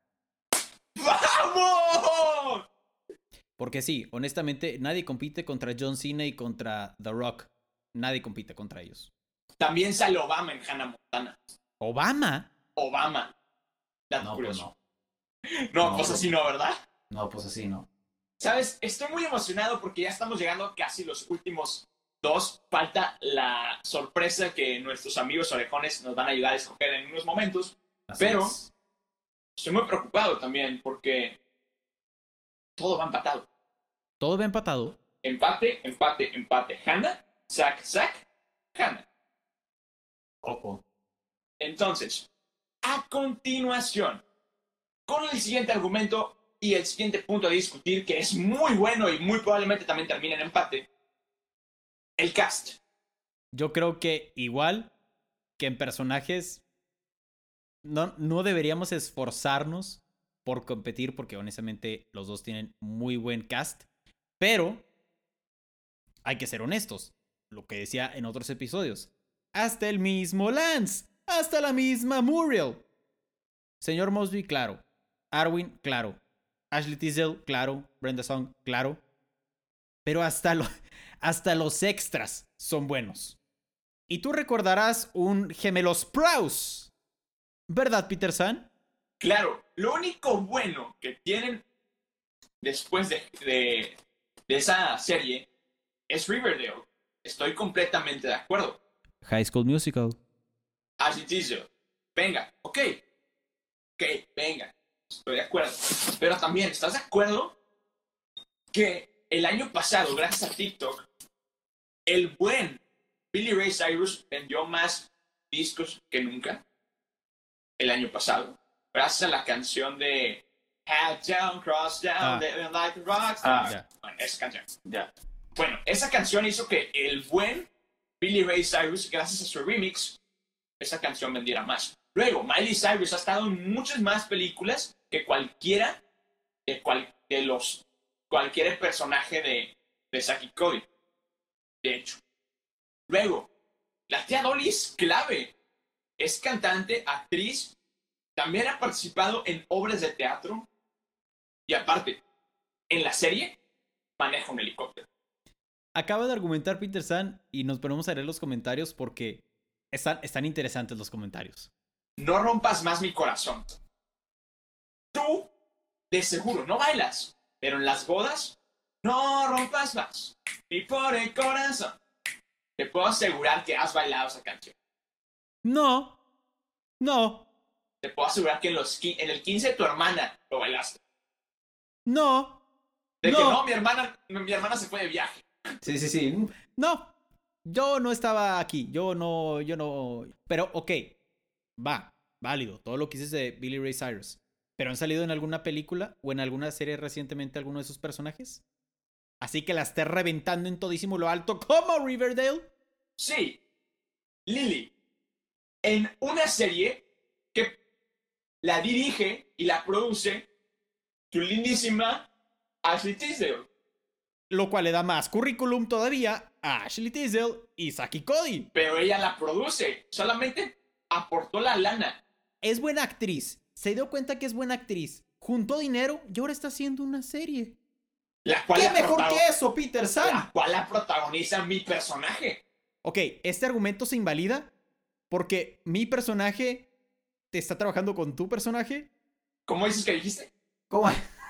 ¡Vamos! Porque sí, honestamente, nadie compite contra John Cena y contra The Rock. Nadie compite contra ellos. También sale Obama en Hannah Montana. ¿Obama? Obama. Dato No, pues curioso. no. No, No, pues no. así no, ¿verdad? No, pues así no. ¿Sabes? Estoy muy emocionado porque ya estamos llegando a casi los últimos dos. Falta la sorpresa que nuestros amigos orejones nos van a ayudar a escoger en unos momentos. Así Pero es. estoy muy preocupado también porque todo va empatado. Todo va empatado. Empate, empate, empate. Hannah, Zack, Zack, Hannah. Ojo. Entonces, a continuación, con el siguiente argumento, Y el siguiente punto a discutir, que es muy bueno y muy probablemente también termine en empate, el cast. Yo creo que igual que en personajes, no, no deberíamos esforzarnos por competir porque honestamente los dos tienen muy buen cast. Pero hay que ser honestos. Lo que decía en otros episodios. Hasta el mismo Lance. Hasta la misma Muriel. Señor Mosby, claro. Arwen, claro. Ashley Tisdale, claro. Brenda Song, claro. Pero hasta, lo, hasta los extras son buenos. Y tú recordarás un gemelo Sprouse. ¿Verdad, Peter San? Claro, lo único bueno que tienen después de, de, de esa serie es Riverdale. Estoy completamente de acuerdo. High School Musical. Ashley Tisdale. Venga, ok. Ok, venga. Estoy de acuerdo. Pero también, ¿estás de acuerdo que el año pasado, gracias a TikTok, el buen Billy Ray Cyrus vendió más discos que nunca? El año pasado. Gracias a la canción de Hat Down, Cross Down, Ah. Living Like a Rockstar. Ah, ya. Bueno, esa canción. Ya. Bueno, esa canción hizo que el buen Billy Ray Cyrus, gracias a su remix, esa canción vendiera más. Luego, Miley Cyrus ha estado en muchas más películas que cualquiera de, cual, de los cualquier personaje de, de Zack y Cody. De hecho. Luego, la tía Dolly es clave. Es cantante, actriz, también ha participado en obras de teatro y aparte, en la serie, maneja un helicóptero. Acaba de argumentar Peter San y nos ponemos a leer los comentarios porque están, están interesantes los comentarios. No rompas más mi corazón. Tú, de seguro, no bailas, pero en las bodas, no rompas más mi pobre corazón. Te puedo asegurar que has bailado esa canción. No, no, Te puedo asegurar que en, los, qui- en el quince de tu hermana lo bailaste. no, De No. que no, mi hermana, mi hermana se fue de viaje. Sí, sí, sí. No, yo no estaba aquí. Yo no, yo no. Pero, ok, va, válido. Todo lo que dices de Billy Ray Cyrus. ¿Pero han salido en alguna película o en alguna serie recientemente alguno de sus personajes? Así que la esté reventando en todísimo lo alto como Riverdale. Sí, Lily, en una serie que la dirige y la produce tu lindísima Ashley Tisdale. Lo cual le da más currículum todavía a Ashley Tisdale y Zack y Cody. Pero ella la produce, solamente aportó la lana. Es buena actriz. Se dio cuenta que es buena actriz. Juntó dinero y ahora está haciendo una serie. La cual ¿Qué la mejor protago- que eso, Peter San? La cual la protagoniza mi personaje. Ok, este argumento se invalida porque mi personaje te está trabajando con tu personaje. ¿Cómo dices que dijiste? ¿Cómo?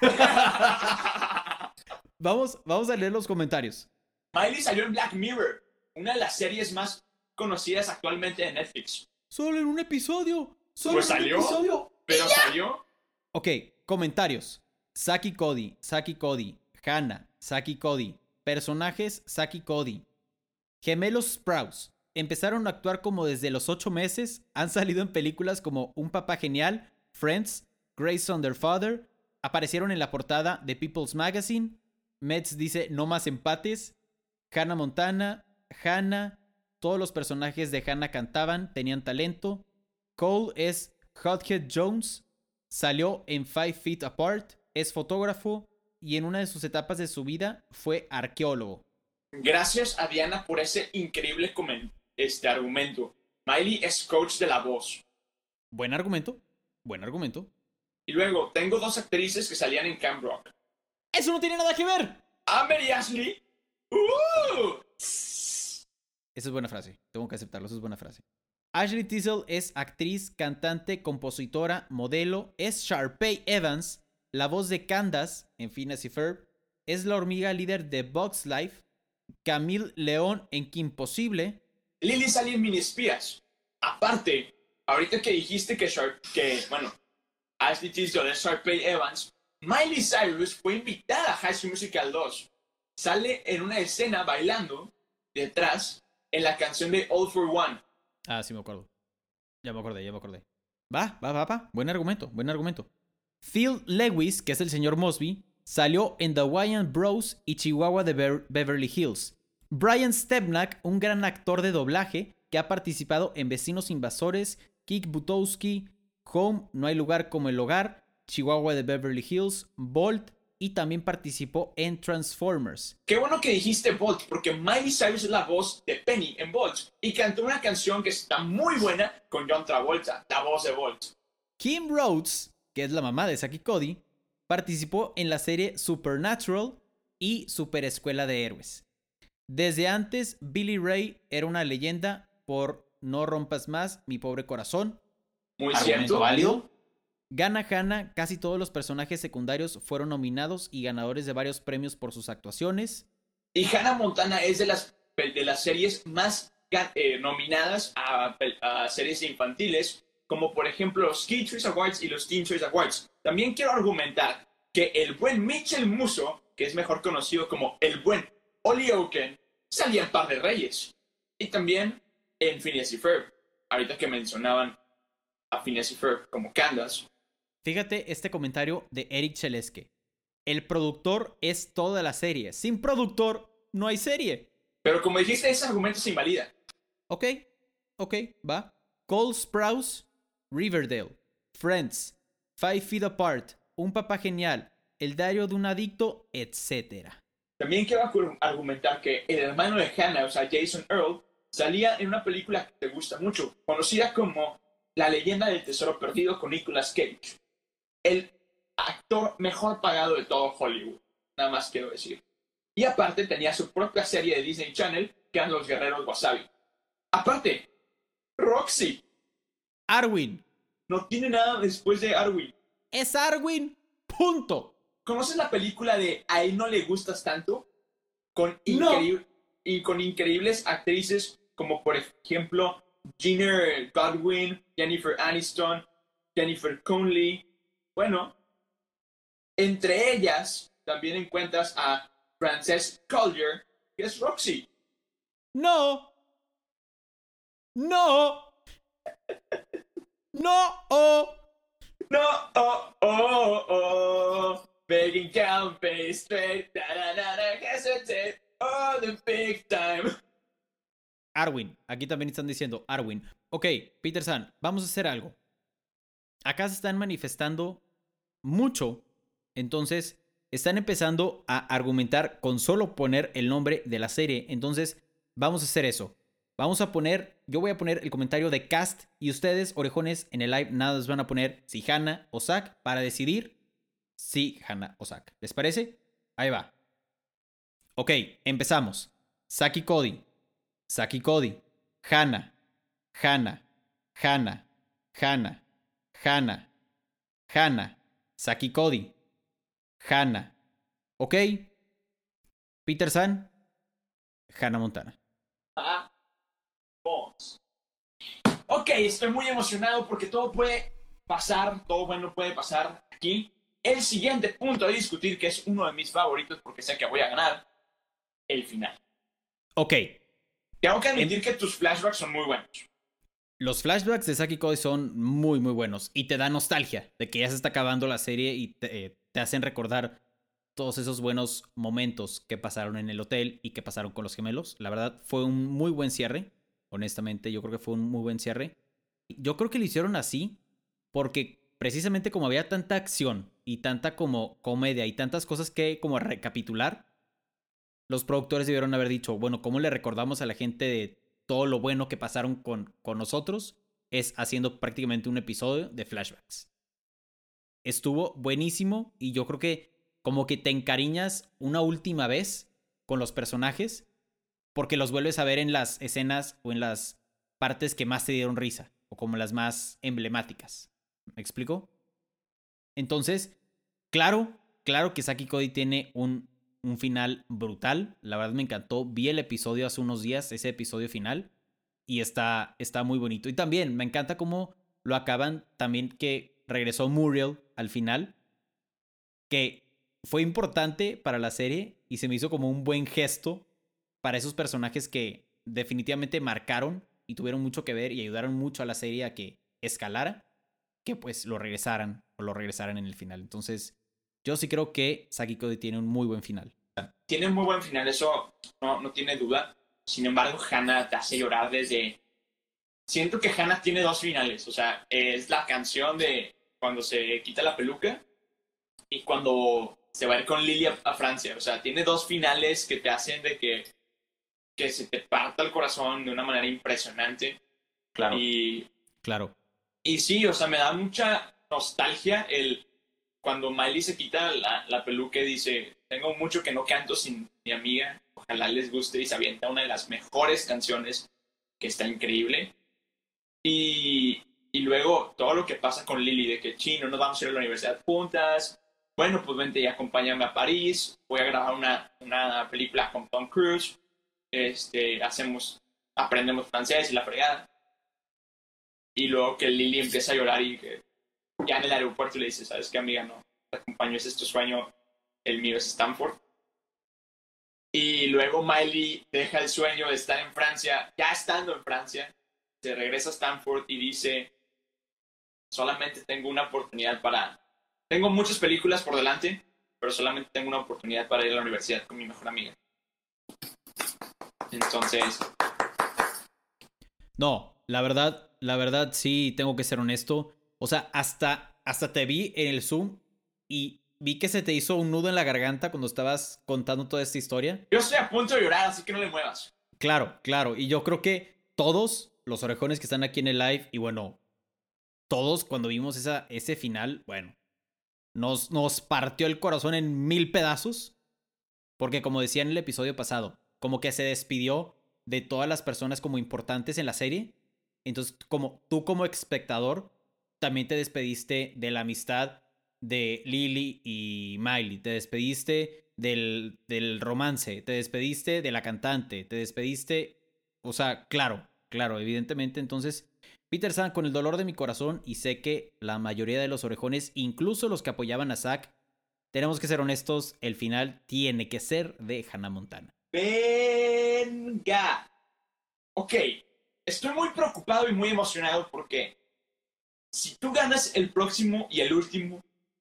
Vamos, vamos a leer los comentarios. Miley salió en Black Mirror, una de las series más conocidas actualmente de Netflix. Solo en un episodio. Solo Pues en un salió. episodio. Pero salió. Ok, comentarios. Zack y Cody, Zack y Cody, Hannah, Zack y Cody. Personajes, Zack y Cody. Gemelos Sprouse. Empezaron a actuar como desde los ocho meses. Han salido en películas como Un Papá Genial, Friends, Grace Under Father. Aparecieron en la portada de People's Magazine. Mets dice no más empates. Hannah Montana, Hannah. Todos los personajes de Hannah cantaban, tenían talento. Cole es Hothead Jones. Salió en Five Feet Apart. Es fotógrafo. Y en una de sus etapas de su vida fue arqueólogo. Gracias a Diana por ese increíble comen- este argumento. Miley es coach de la voz. Buen argumento. Buen argumento. Y luego, tengo dos actrices que salían en Camp Rock. ¡Eso no tiene nada que ver! Amber y Ashley. ¡Uh! Esa es buena frase. Tengo que aceptarlo. Esa es buena frase. Ashley Tisdale es actriz, cantante, compositora, modelo. Es Sharpay Evans, la voz de Candace en Phineas y Ferb. Es la hormiga líder de Bugs Life. Camille León en Kim Possible. Lily salió en Mini Espías. Aparte, ahorita que dijiste que, Sharp, que bueno, Ashley Tisdale es Sharpay Evans, Miley Cyrus fue invitada a High School Musical dos. Sale en una escena bailando detrás en la canción de All for One. Ah, sí me acuerdo. Ya me acordé, ya me acordé. Va, va, va, va. Buen argumento, buen argumento. Phil Lewis, que es el señor Mosby, salió en The Wayans Bros y Chihuahua de Be- Beverly Hills. Brian Stepnack, un gran actor de doblaje que ha participado en Vecinos Invasores, Kick Butowski, Home, No hay lugar como el hogar, Chihuahua de Beverly Hills, Bolt, y también participó en Transformers. Qué bueno que dijiste Bolt, porque Miley Cyrus es la voz de Penny en Bolt y cantó una canción que está muy buena con John Travolta, la voz de Bolt. Kim Rhodes, que es la mamá de Saki Cody, participó en la serie Supernatural y Super Escuela de Héroes. Desde antes, Billy Ray era una leyenda por No rompas más, mi pobre corazón. Muy Argumento cierto. válido. Gana Hannah, casi todos los personajes secundarios fueron nominados y ganadores de varios premios por sus actuaciones. Y Hannah Montana es de las, de las series más eh, nominadas a, a series infantiles, como por ejemplo los Kid Choice Awards y los Teen Choice Awards. También quiero argumentar que el buen Mitchell Musso, que es mejor conocido como el buen Ollie Oken, salía en Par de Reyes. Y también en Phineas y Ferb. Ahorita que mencionaban a Phineas y Ferb como Candace. Fíjate este comentario de Eric Cheleske. El productor es toda la serie. Sin productor, no hay serie. Pero como dijiste, ese argumento se invalida. Ok, ok, va. Cole Sprouse, Riverdale, Friends, Five Feet Apart, Un papá genial, El diario de un adicto, etcétera. También quiero argumentar que el hermano de Hannah, o sea, Jason Earl, salía en una película que te gusta mucho, conocida como La leyenda del tesoro perdido con Nicolas Cage. El actor mejor pagado de todo Hollywood, nada más quiero decir. Y aparte tenía su propia serie de Disney Channel, que eran Los Guerreros Wasabi. Aparte, Roxy Arwen. no tiene nada después de Arwen. Es Arwen. Punto. ¿Conoces la película de A él no le gustas tanto? Con, No. increíble, y con increíbles actrices como por ejemplo Gina Godwin, Jennifer Aniston, Jennifer Connelly. Bueno, entre ellas también encuentras a Frances Collier, que es Roxy. No. No. No. Oh. No, oh, oh, oh, begging can't pay straight, da da da da, hesitate, oh, the big time. Arwen. Aquí también están diciendo Arwen. Ok, Peter San, vamos a hacer algo. Acá se están manifestando mucho. Entonces, están empezando a argumentar con solo poner el nombre de la serie. Entonces, vamos a hacer eso. Vamos a poner, yo voy a poner el comentario de cast y ustedes, orejones, en el live nada les van a poner si Hannah o Zack para decidir si Hannah o Zack. ¿Les parece? Ahí va. Ok, empezamos. Zack y Cody. Zack y Cody. Hannah. Hannah. Hannah. Hannah. Hannah. Hannah. Zack y Cody. Hannah. Ok. Peter San. Hannah Montana. Ah, vamos. Ok, estoy muy emocionado porque todo puede pasar, todo bueno puede pasar aquí. El siguiente punto a discutir, que es uno de mis favoritos porque sé que voy a ganar, el final. Ok. Tengo que admitir que tus flashbacks son muy buenos. Los flashbacks de Zack y Cody son muy, muy buenos. Y te da nostalgia de que ya se está acabando la serie y te, eh, te hacen recordar todos esos buenos momentos que pasaron en el hotel y que pasaron con los gemelos. La verdad, fue un muy buen cierre. Honestamente, yo creo que fue un muy buen cierre. Yo creo que lo hicieron así porque precisamente como había tanta acción y tanta como comedia y tantas cosas que como recapitular, los productores debieron haber dicho, bueno, ¿cómo le recordamos a la gente de todo lo bueno que pasaron con, con nosotros? Es haciendo prácticamente un episodio de flashbacks. Estuvo buenísimo y yo creo que como que te encariñas una última vez con los personajes porque los vuelves a ver en las escenas o en las partes que más te dieron risa o como las más emblemáticas. ¿Me explico? Entonces, claro, claro que Zack y Cody tiene un, un final brutal. La verdad me encantó. Vi el episodio hace unos días, ese episodio final, y está, está muy bonito. Y también me encanta cómo lo acaban, también que regresó Muriel al final, que fue importante para la serie y se me hizo como un buen gesto para esos personajes que definitivamente marcaron y tuvieron mucho que ver y ayudaron mucho a la serie a que escalara, que pues lo regresaran o lo regresaran en el final. Entonces, yo sí creo que Saki Cody tiene un muy buen final. Tiene un muy buen final, eso no, no tiene duda. Sin embargo, Hannah te hace llorar desde... Siento que Hannah tiene dos finales. O sea, es la canción de cuando se quita la peluca y cuando se va a ir con Lily a, a Francia. O sea, tiene dos finales que te hacen de que, que se te parta el corazón de una manera impresionante. Claro. Y, Claro. y sí, o sea, me da mucha nostalgia el cuando Miley se quita la, la peluca y dice, tengo mucho que no canto sin mi amiga, ojalá les guste, y se avienta una de las mejores canciones que está increíble. Y, y luego todo lo que pasa con Lily, de que chino, nos vamos a ir a la universidad juntas, bueno, pues vente y acompáñame a París, voy a grabar una, una película con Tom Cruise, este, hacemos, aprendemos francés y la fregada. Y luego que Lily empieza a llorar y que ya en el aeropuerto le dice, ¿sabes qué, amiga? No, te acompaño, ese es tu sueño, el mío es Stanford. Y luego Miley deja el sueño de estar en Francia, ya estando en Francia, se regresa a Stanford y dice, solamente tengo una oportunidad para... Tengo muchas películas por delante, pero solamente tengo una oportunidad para ir a la universidad con mi mejor amiga. Entonces... No, la verdad, la verdad sí tengo que ser honesto. O sea, hasta, hasta te vi en el Zoom y vi que se te hizo un nudo en la garganta cuando estabas contando toda esta historia. Yo estoy a punto de llorar, así que no le muevas. Claro, claro. Y yo creo que todos los orejones que están aquí en el live, y bueno, todos cuando vimos esa, ese final, bueno, nos, nos partió el corazón en mil pedazos. Porque como decía en el episodio pasado, como que se despidió de todas las personas como importantes en la serie. Entonces, como tú como espectador, también te despediste de la amistad de Lily y Miley. Te despediste del, del romance. Te despediste de la cantante. Te despediste... O sea, claro, claro, evidentemente. Entonces, Peter San, con el dolor de mi corazón, y sé que la mayoría de los orejones, incluso los que apoyaban a Zack, tenemos que ser honestos, el final tiene que ser de Hannah Montana. Venga. Ok, estoy muy preocupado y muy emocionado porque si tú ganas el próximo y el último,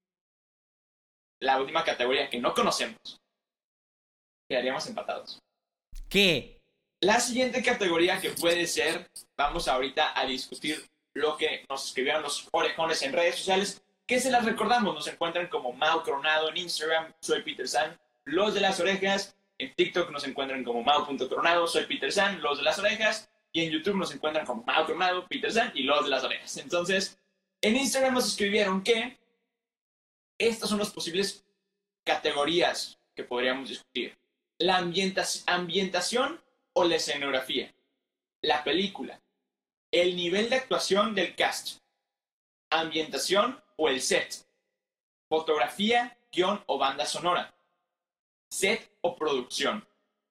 la última categoría que no conocemos, quedaríamos empatados. ¿Qué? La siguiente categoría que puede ser, vamos ahorita a discutir lo que nos escribieron los orejones en redes sociales, que se las recordamos, nos encuentran como Mau Coronado en Instagram, soy Peter San, los de las orejas. En TikTok nos encuentran como mau punto coronado, soy Peter San, los de las orejas. Y en YouTube nos encuentran como Mau Coronado, Peter San y los de las orejas. Entonces, en Instagram nos escribieron que estas son las posibles categorías que podríamos discutir. La ambienta- ambientación o la escenografía. La película. El nivel de actuación del cast. Ambientación o el set. Fotografía, guión o banda sonora. Set o producción.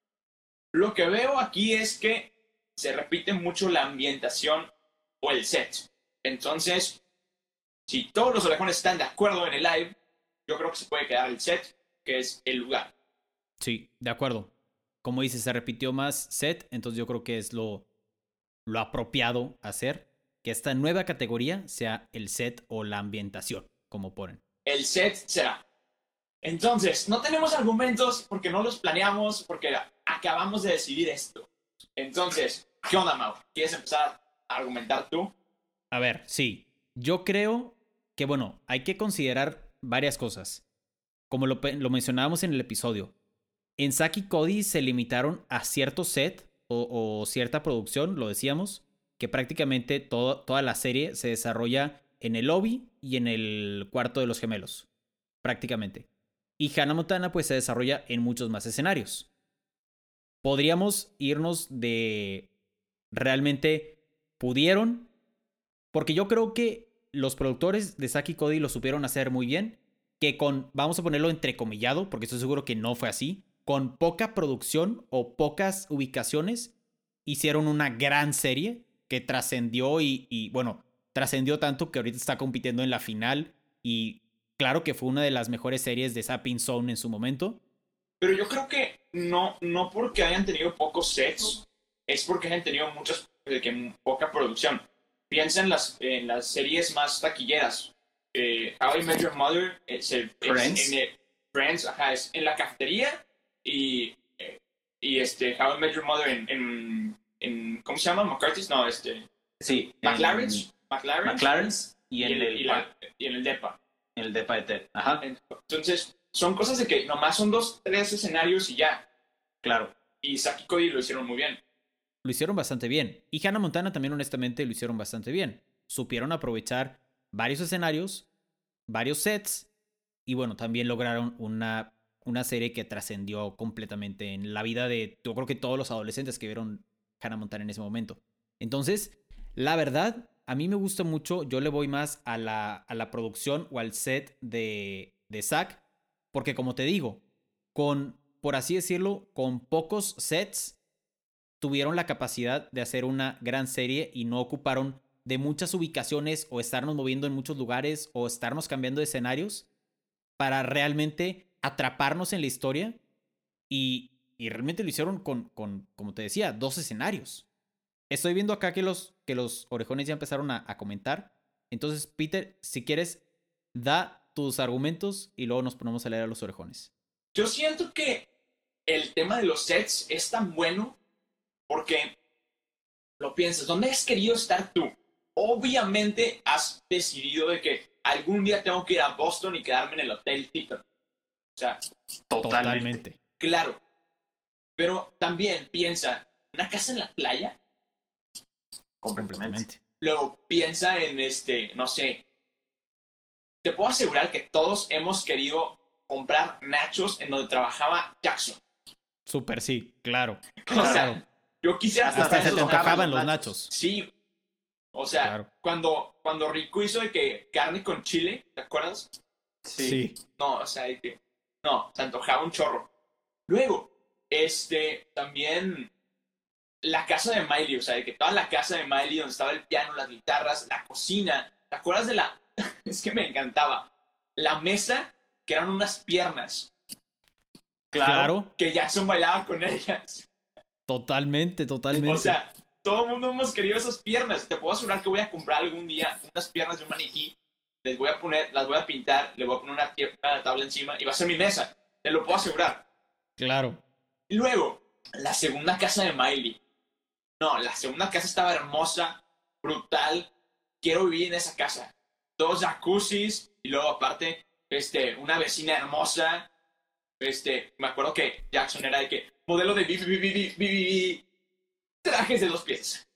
Lo que veo aquí es que se repite mucho la ambientación o el set. Entonces, si todos los orejones están de acuerdo en el live, yo creo que se puede quedar el set, que es el lugar. Sí, de acuerdo. Como dices, se repitió más set, entonces yo creo que es lo, lo apropiado hacer, que esta nueva categoría sea el set o la ambientación, como ponen. El set será. Entonces, no tenemos argumentos porque no los planeamos, porque acabamos de decidir esto. Entonces, ¿qué onda, Mau? ¿Quieres empezar a argumentar tú? A ver, sí. Yo creo que, bueno, hay que considerar varias cosas. Como lo, lo mencionábamos en el episodio, en Zack y Cody se limitaron a cierto set o, o cierta producción, lo decíamos, que prácticamente todo, toda la serie se desarrolla en el lobby y en el cuarto de los gemelos, prácticamente. Y Hannah Montana pues se desarrolla en muchos más escenarios. Podríamos irnos de... Realmente pudieron, porque yo creo que los productores de Zack y Cody lo supieron hacer muy bien, que con, vamos a ponerlo entrecomillado, porque estoy seguro que no fue así, con poca producción o pocas ubicaciones, hicieron una gran serie que trascendió y, y, bueno, trascendió tanto que ahorita está compitiendo en la final y claro que fue una de las mejores series de Zapping Zone en su momento. Pero yo creo que no, no porque hayan tenido pocos sets, es porque hayan tenido muchas, de que poca producción. Piensa en las, en las series más taquilleras. eh, How I Met Your Mother, es, el- es Friends. en el- Friends, ajá, es en la cafetería y, eh, y este, How I Met Your Mother en, en, en ¿cómo se llama? McCarthy's, no, este, Sí. McLaren's, En McLaren's McLaren's y y, en el, el, y la- y en el DEPA. en el depa de Ted. Ajá, Entonces, son cosas de que nomás son dos, tres escenarios y ya. claro. Y Zack y Cody lo hicieron muy bien. Lo hicieron bastante bien. Y Hannah Montana también, honestamente, lo hicieron bastante bien. Supieron aprovechar varios escenarios, varios sets, y bueno, también lograron una, una serie que trascendió completamente en la vida de, yo creo que todos los adolescentes que vieron Hannah Montana en ese momento. Entonces, la verdad, a mí me gusta mucho, yo le voy más a la, a la producción o al set de, de Zack, porque como te digo, con, por así decirlo, con pocos sets, tuvieron la capacidad de hacer una gran serie y no ocuparon de muchas ubicaciones o estarnos moviendo en muchos lugares o estarnos cambiando de escenarios para realmente atraparnos en la historia y, y realmente lo hicieron con, con, como te decía, dos escenarios. Estoy viendo acá que los, que los orejones ya empezaron a, a comentar. Entonces, Peter, si quieres, da tus argumentos y luego nos ponemos a leer a los orejones. Yo siento que el tema de los sets es tan bueno porque lo piensas, ¿dónde has querido estar tú? Obviamente has decidido de que algún día tengo que ir a Boston y quedarme en el Hotel Hilton. O sea, Totalmente. claro. Pero también piensa, ¿una casa en la playa? Completamente. Luego piensa en este, no sé. Te puedo asegurar que todos hemos querido comprar nachos en donde trabajaba Jackson. Súper sí, claro. O sea, Claro. yo quisiera Hasta comprar se esos te nachos. antojaban los nachos. Sí. O sea, Claro. cuando, cuando Rico hizo de que carne con chile, ¿te acuerdas? Sí. No, o sea, de que no, se antojaba un chorro. Luego, este, también la casa de Miley, o sea, de que toda la casa de Miley, donde estaba el piano, las guitarras, la cocina, ¿te acuerdas de la? Es que me encantaba. La mesa, que eran unas piernas, Claro. que Jackson bailaba con ellas. Totalmente, totalmente. O sea, todo el mundo hemos querido esas piernas. Te puedo asegurar que voy a comprar algún día unas piernas de un maniquí. Les voy a poner, las voy a pintar, le voy a poner una, tie- una tabla encima y va a ser mi mesa. Te lo puedo asegurar. Claro. Y luego, la segunda casa de Miley. No, la segunda casa estaba hermosa, brutal. Quiero vivir en esa casa. Dos jacuzzis y luego aparte, este, una vecina hermosa. Este, me acuerdo que Jackson era de que modelo de B B B B B B trajes de dos pies.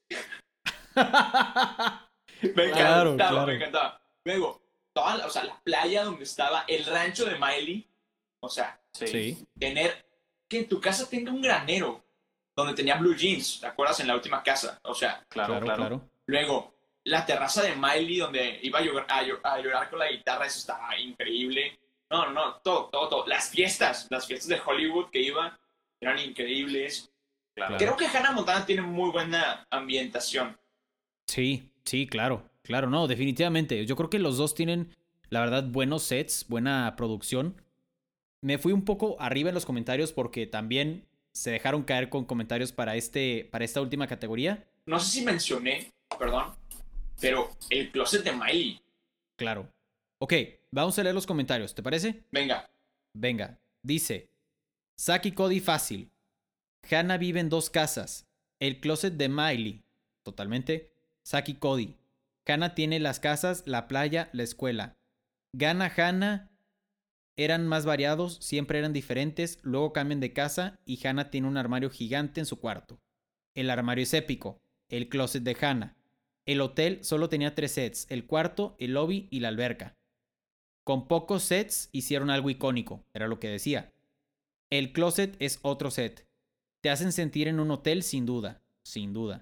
Me encantaba, Claro, claro. me encantaba. Luego, toda, la- o sea, la playa donde estaba el rancho de Miley. O sea, Sí. tener que en tu casa tenga un granero donde tenía blue jeans, ¿te acuerdas? En la última casa. O sea, Claro, claro. luego la terraza de Miley donde iba a llorar, a, llo- a llorar con la guitarra, eso estaba increíble. No, no, no, todo, todo, todo. Las fiestas, las fiestas de Hollywood que iba eran increíbles. Claro. Creo que Hannah Montana tiene muy buena ambientación. Sí, sí, claro. Claro, no, definitivamente. Yo creo que los dos tienen, la verdad, buenos sets, buena producción. Me fui un poco arriba en los comentarios porque también se dejaron caer con comentarios para, este, para esta última categoría. No sé si mencioné, perdón, pero el closet de Miley. Claro. Ok, vamos a leer los comentarios, ¿te parece? Venga, Venga, dice, Zack y Cody fácil. Hannah vive en dos casas. El closet de Miley. Totalmente. Zack y Cody. Hannah tiene las casas, la playa, la escuela. Gana Hannah. Eran más variados, siempre eran diferentes, luego cambian de casa y Hannah tiene un armario gigante en su cuarto. El armario es épico. El closet de Hannah. El hotel solo tenía tres sets, el cuarto, el lobby y la alberca. Con pocos sets hicieron algo icónico, era lo que decía. El closet es otro set. Te hacen sentir en un hotel sin duda, sin duda.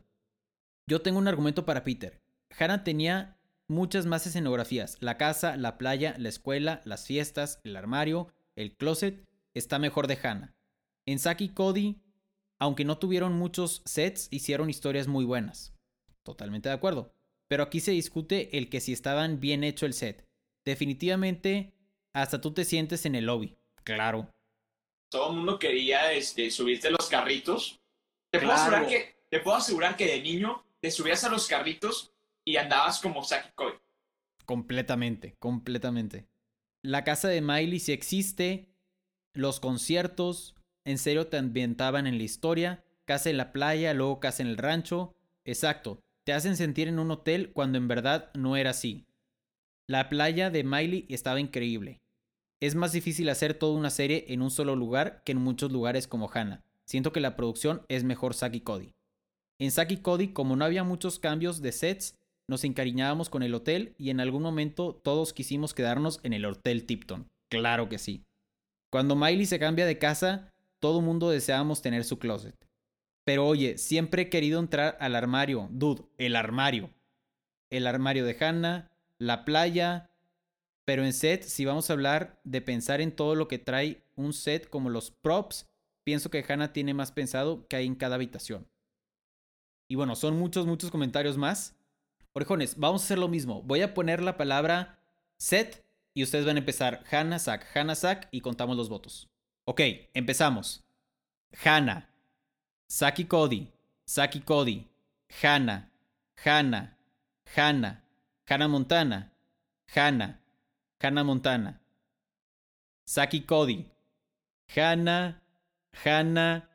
Yo tengo un argumento para Peter. Hannah tenía muchas más escenografías. La casa, la playa, la escuela, las fiestas, el armario, el closet. Está mejor de Hannah. En Zack y Cody, aunque no tuvieron muchos sets, hicieron historias muy buenas. Totalmente de acuerdo. Pero aquí se discute el que si estaban bien hecho el set. Definitivamente, hasta tú te sientes en el lobby. Claro. todo el mundo quería este, subirte a los carritos. Te puedo, Claro. asegurar que, te puedo asegurar que de niño te subías a los carritos y andabas como Zack y Cody. Completamente, completamente. La casa de Miley sí existe. Los conciertos, en serio te ambientaban en la historia. Casa en la playa, luego casa en el rancho. Exacto, te hacen sentir en un hotel cuando en verdad no era así. La playa de Miley estaba increíble. Es más difícil hacer toda una serie en un solo lugar que en muchos lugares como Hannah. Siento que la producción es mejor Zack y Cody. En Zack y Cody, como no había muchos cambios de sets, nos encariñábamos con el hotel y en algún momento todos quisimos quedarnos en el Hotel Tipton. Claro que sí. Cuando Miley se cambia de casa, todo mundo deseábamos tener su closet. Pero oye, siempre he querido entrar al armario. Dude, el armario. El armario de Hannah, la playa. Pero en set, si vamos a hablar de pensar en todo lo que trae un set como los props, pienso que Hannah tiene más pensado que hay en cada habitación. Y bueno, son muchos, muchos comentarios más. Orejones, vamos a hacer lo mismo. Voy a poner la palabra set y ustedes van a empezar Hannah, Zack, Hannah, Zack y contamos los votos. Ok, empezamos. Hannah, Zack y Cody, Zack y Cody, Hannah, Hannah, Hannah, Hannah Montana, Hannah, Hannah Montana, Zack y Cody, Hannah, Hannah.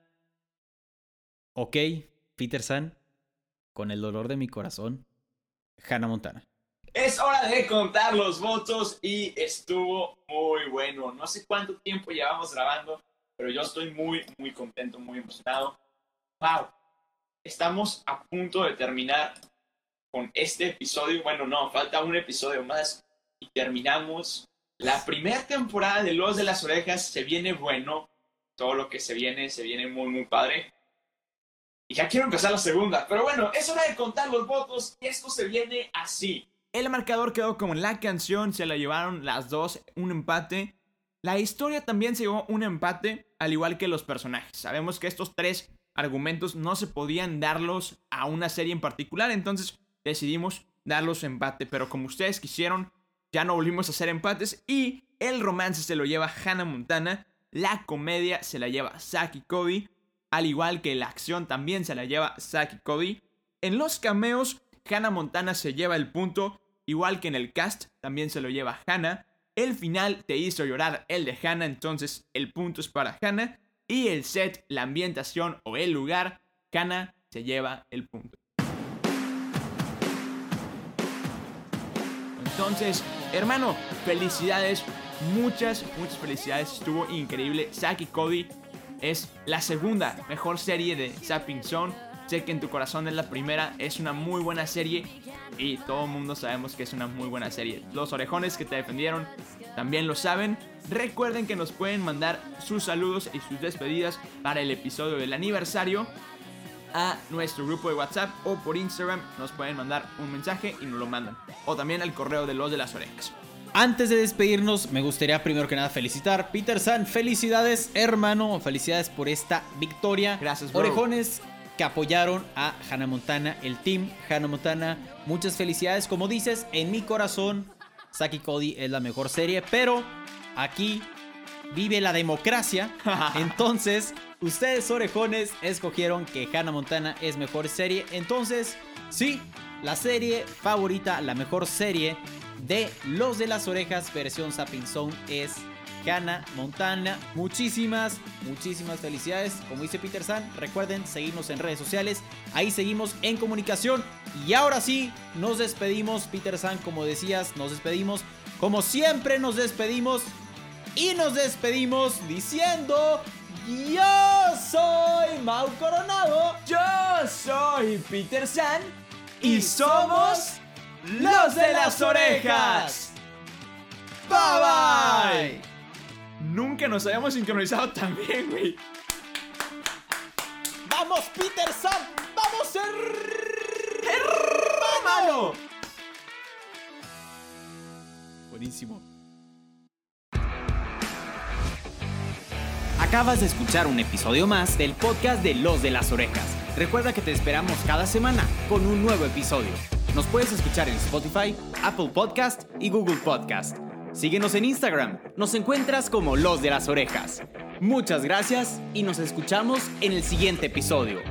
Ok, Peter San, con el dolor de mi corazón, Hannah Montana. Es hora de contar los votos y estuvo muy bueno. No sé cuánto tiempo llevamos grabando, pero yo estoy muy, muy contento, muy emocionado. ¡Wow! Estamos a punto de terminar con este episodio. Bueno, no, falta un episodio más y terminamos la primera temporada de Los de las Orejas. Se viene bueno. Todo lo que se viene, se viene muy, muy padre. Y ya quiero empezar la segunda. Pero bueno, es hora de contar los votos y esto se viene así. El marcador quedó como la canción, se la llevaron las dos, un empate. La historia también se llevó un empate, al igual que los personajes. Sabemos que estos tres argumentos no se podían darlos a una serie en particular, entonces decidimos darlos empate. Pero como ustedes quisieron, ya no volvimos a hacer empates y el romance se lo lleva Hannah Montana. La comedia se la lleva Zack y Cody, al igual que la acción también se la lleva Zack y Cody. En los cameos, Hannah Montana se lleva el punto, igual que en el cast también se lo lleva Hannah. El final te hizo llorar el de Hannah, entonces el punto es para Hannah. Y el set, la ambientación o el lugar, Hannah se lleva el punto. Entonces, hermano, felicidades, muchas, muchas felicidades, estuvo increíble. Zack y Cody es la segunda mejor serie de Zapping Zone. Sé que en tu corazón es la primera, es una muy buena serie y todo el mundo sabemos que es una muy buena serie. Los orejones que te defendieron también lo saben. Recuerden que nos pueden mandar sus saludos y sus despedidas para el episodio del aniversario a nuestro grupo de WhatsApp o por Instagram. Nos pueden mandar un mensaje y nos lo mandan. O también al correo de Los de las Orejas. Antes de despedirnos, me gustaría primero que nada felicitar Peter San. Felicidades, hermano. Felicidades por esta victoria. Gracias, bro. Orejones que apoyaron a Hannah Montana, el team Hannah Montana. Muchas felicidades. Como dices, en mi corazón, Zack y Cody es la mejor serie, pero aquí vive la democracia. Entonces, ustedes, orejones, escogieron que Hannah Montana es mejor serie. Entonces, sí, la serie favorita, la mejor serie de Los de las Orejas versión Zapping Zone es Hannah Montana. Muchísimas, muchísimas felicidades. Como dice Peter San, recuerden seguirnos en redes sociales. Ahí seguimos en comunicación. Y ahora sí, nos despedimos, Peter San, como decías, nos despedimos. Como siempre nos despedimos. Y nos despedimos diciendo: yo soy Mau Coronado. Yo soy Peter San. Y somos Los de las Orejas. Bye bye. Nunca nos habíamos sincronizado tan bien, güey. ¡Vamos, Peter San! ¡Vamos, her... hermano! Buenísimo. Acabas de escuchar un episodio más del podcast de Los de las Orejas. Recuerda que te esperamos cada semana con un nuevo episodio. Nos puedes escuchar en Spotify, Apple Podcast y Google Podcast. Síguenos en Instagram, nos encuentras como Los de las Orejas. Muchas gracias y nos escuchamos en el siguiente episodio.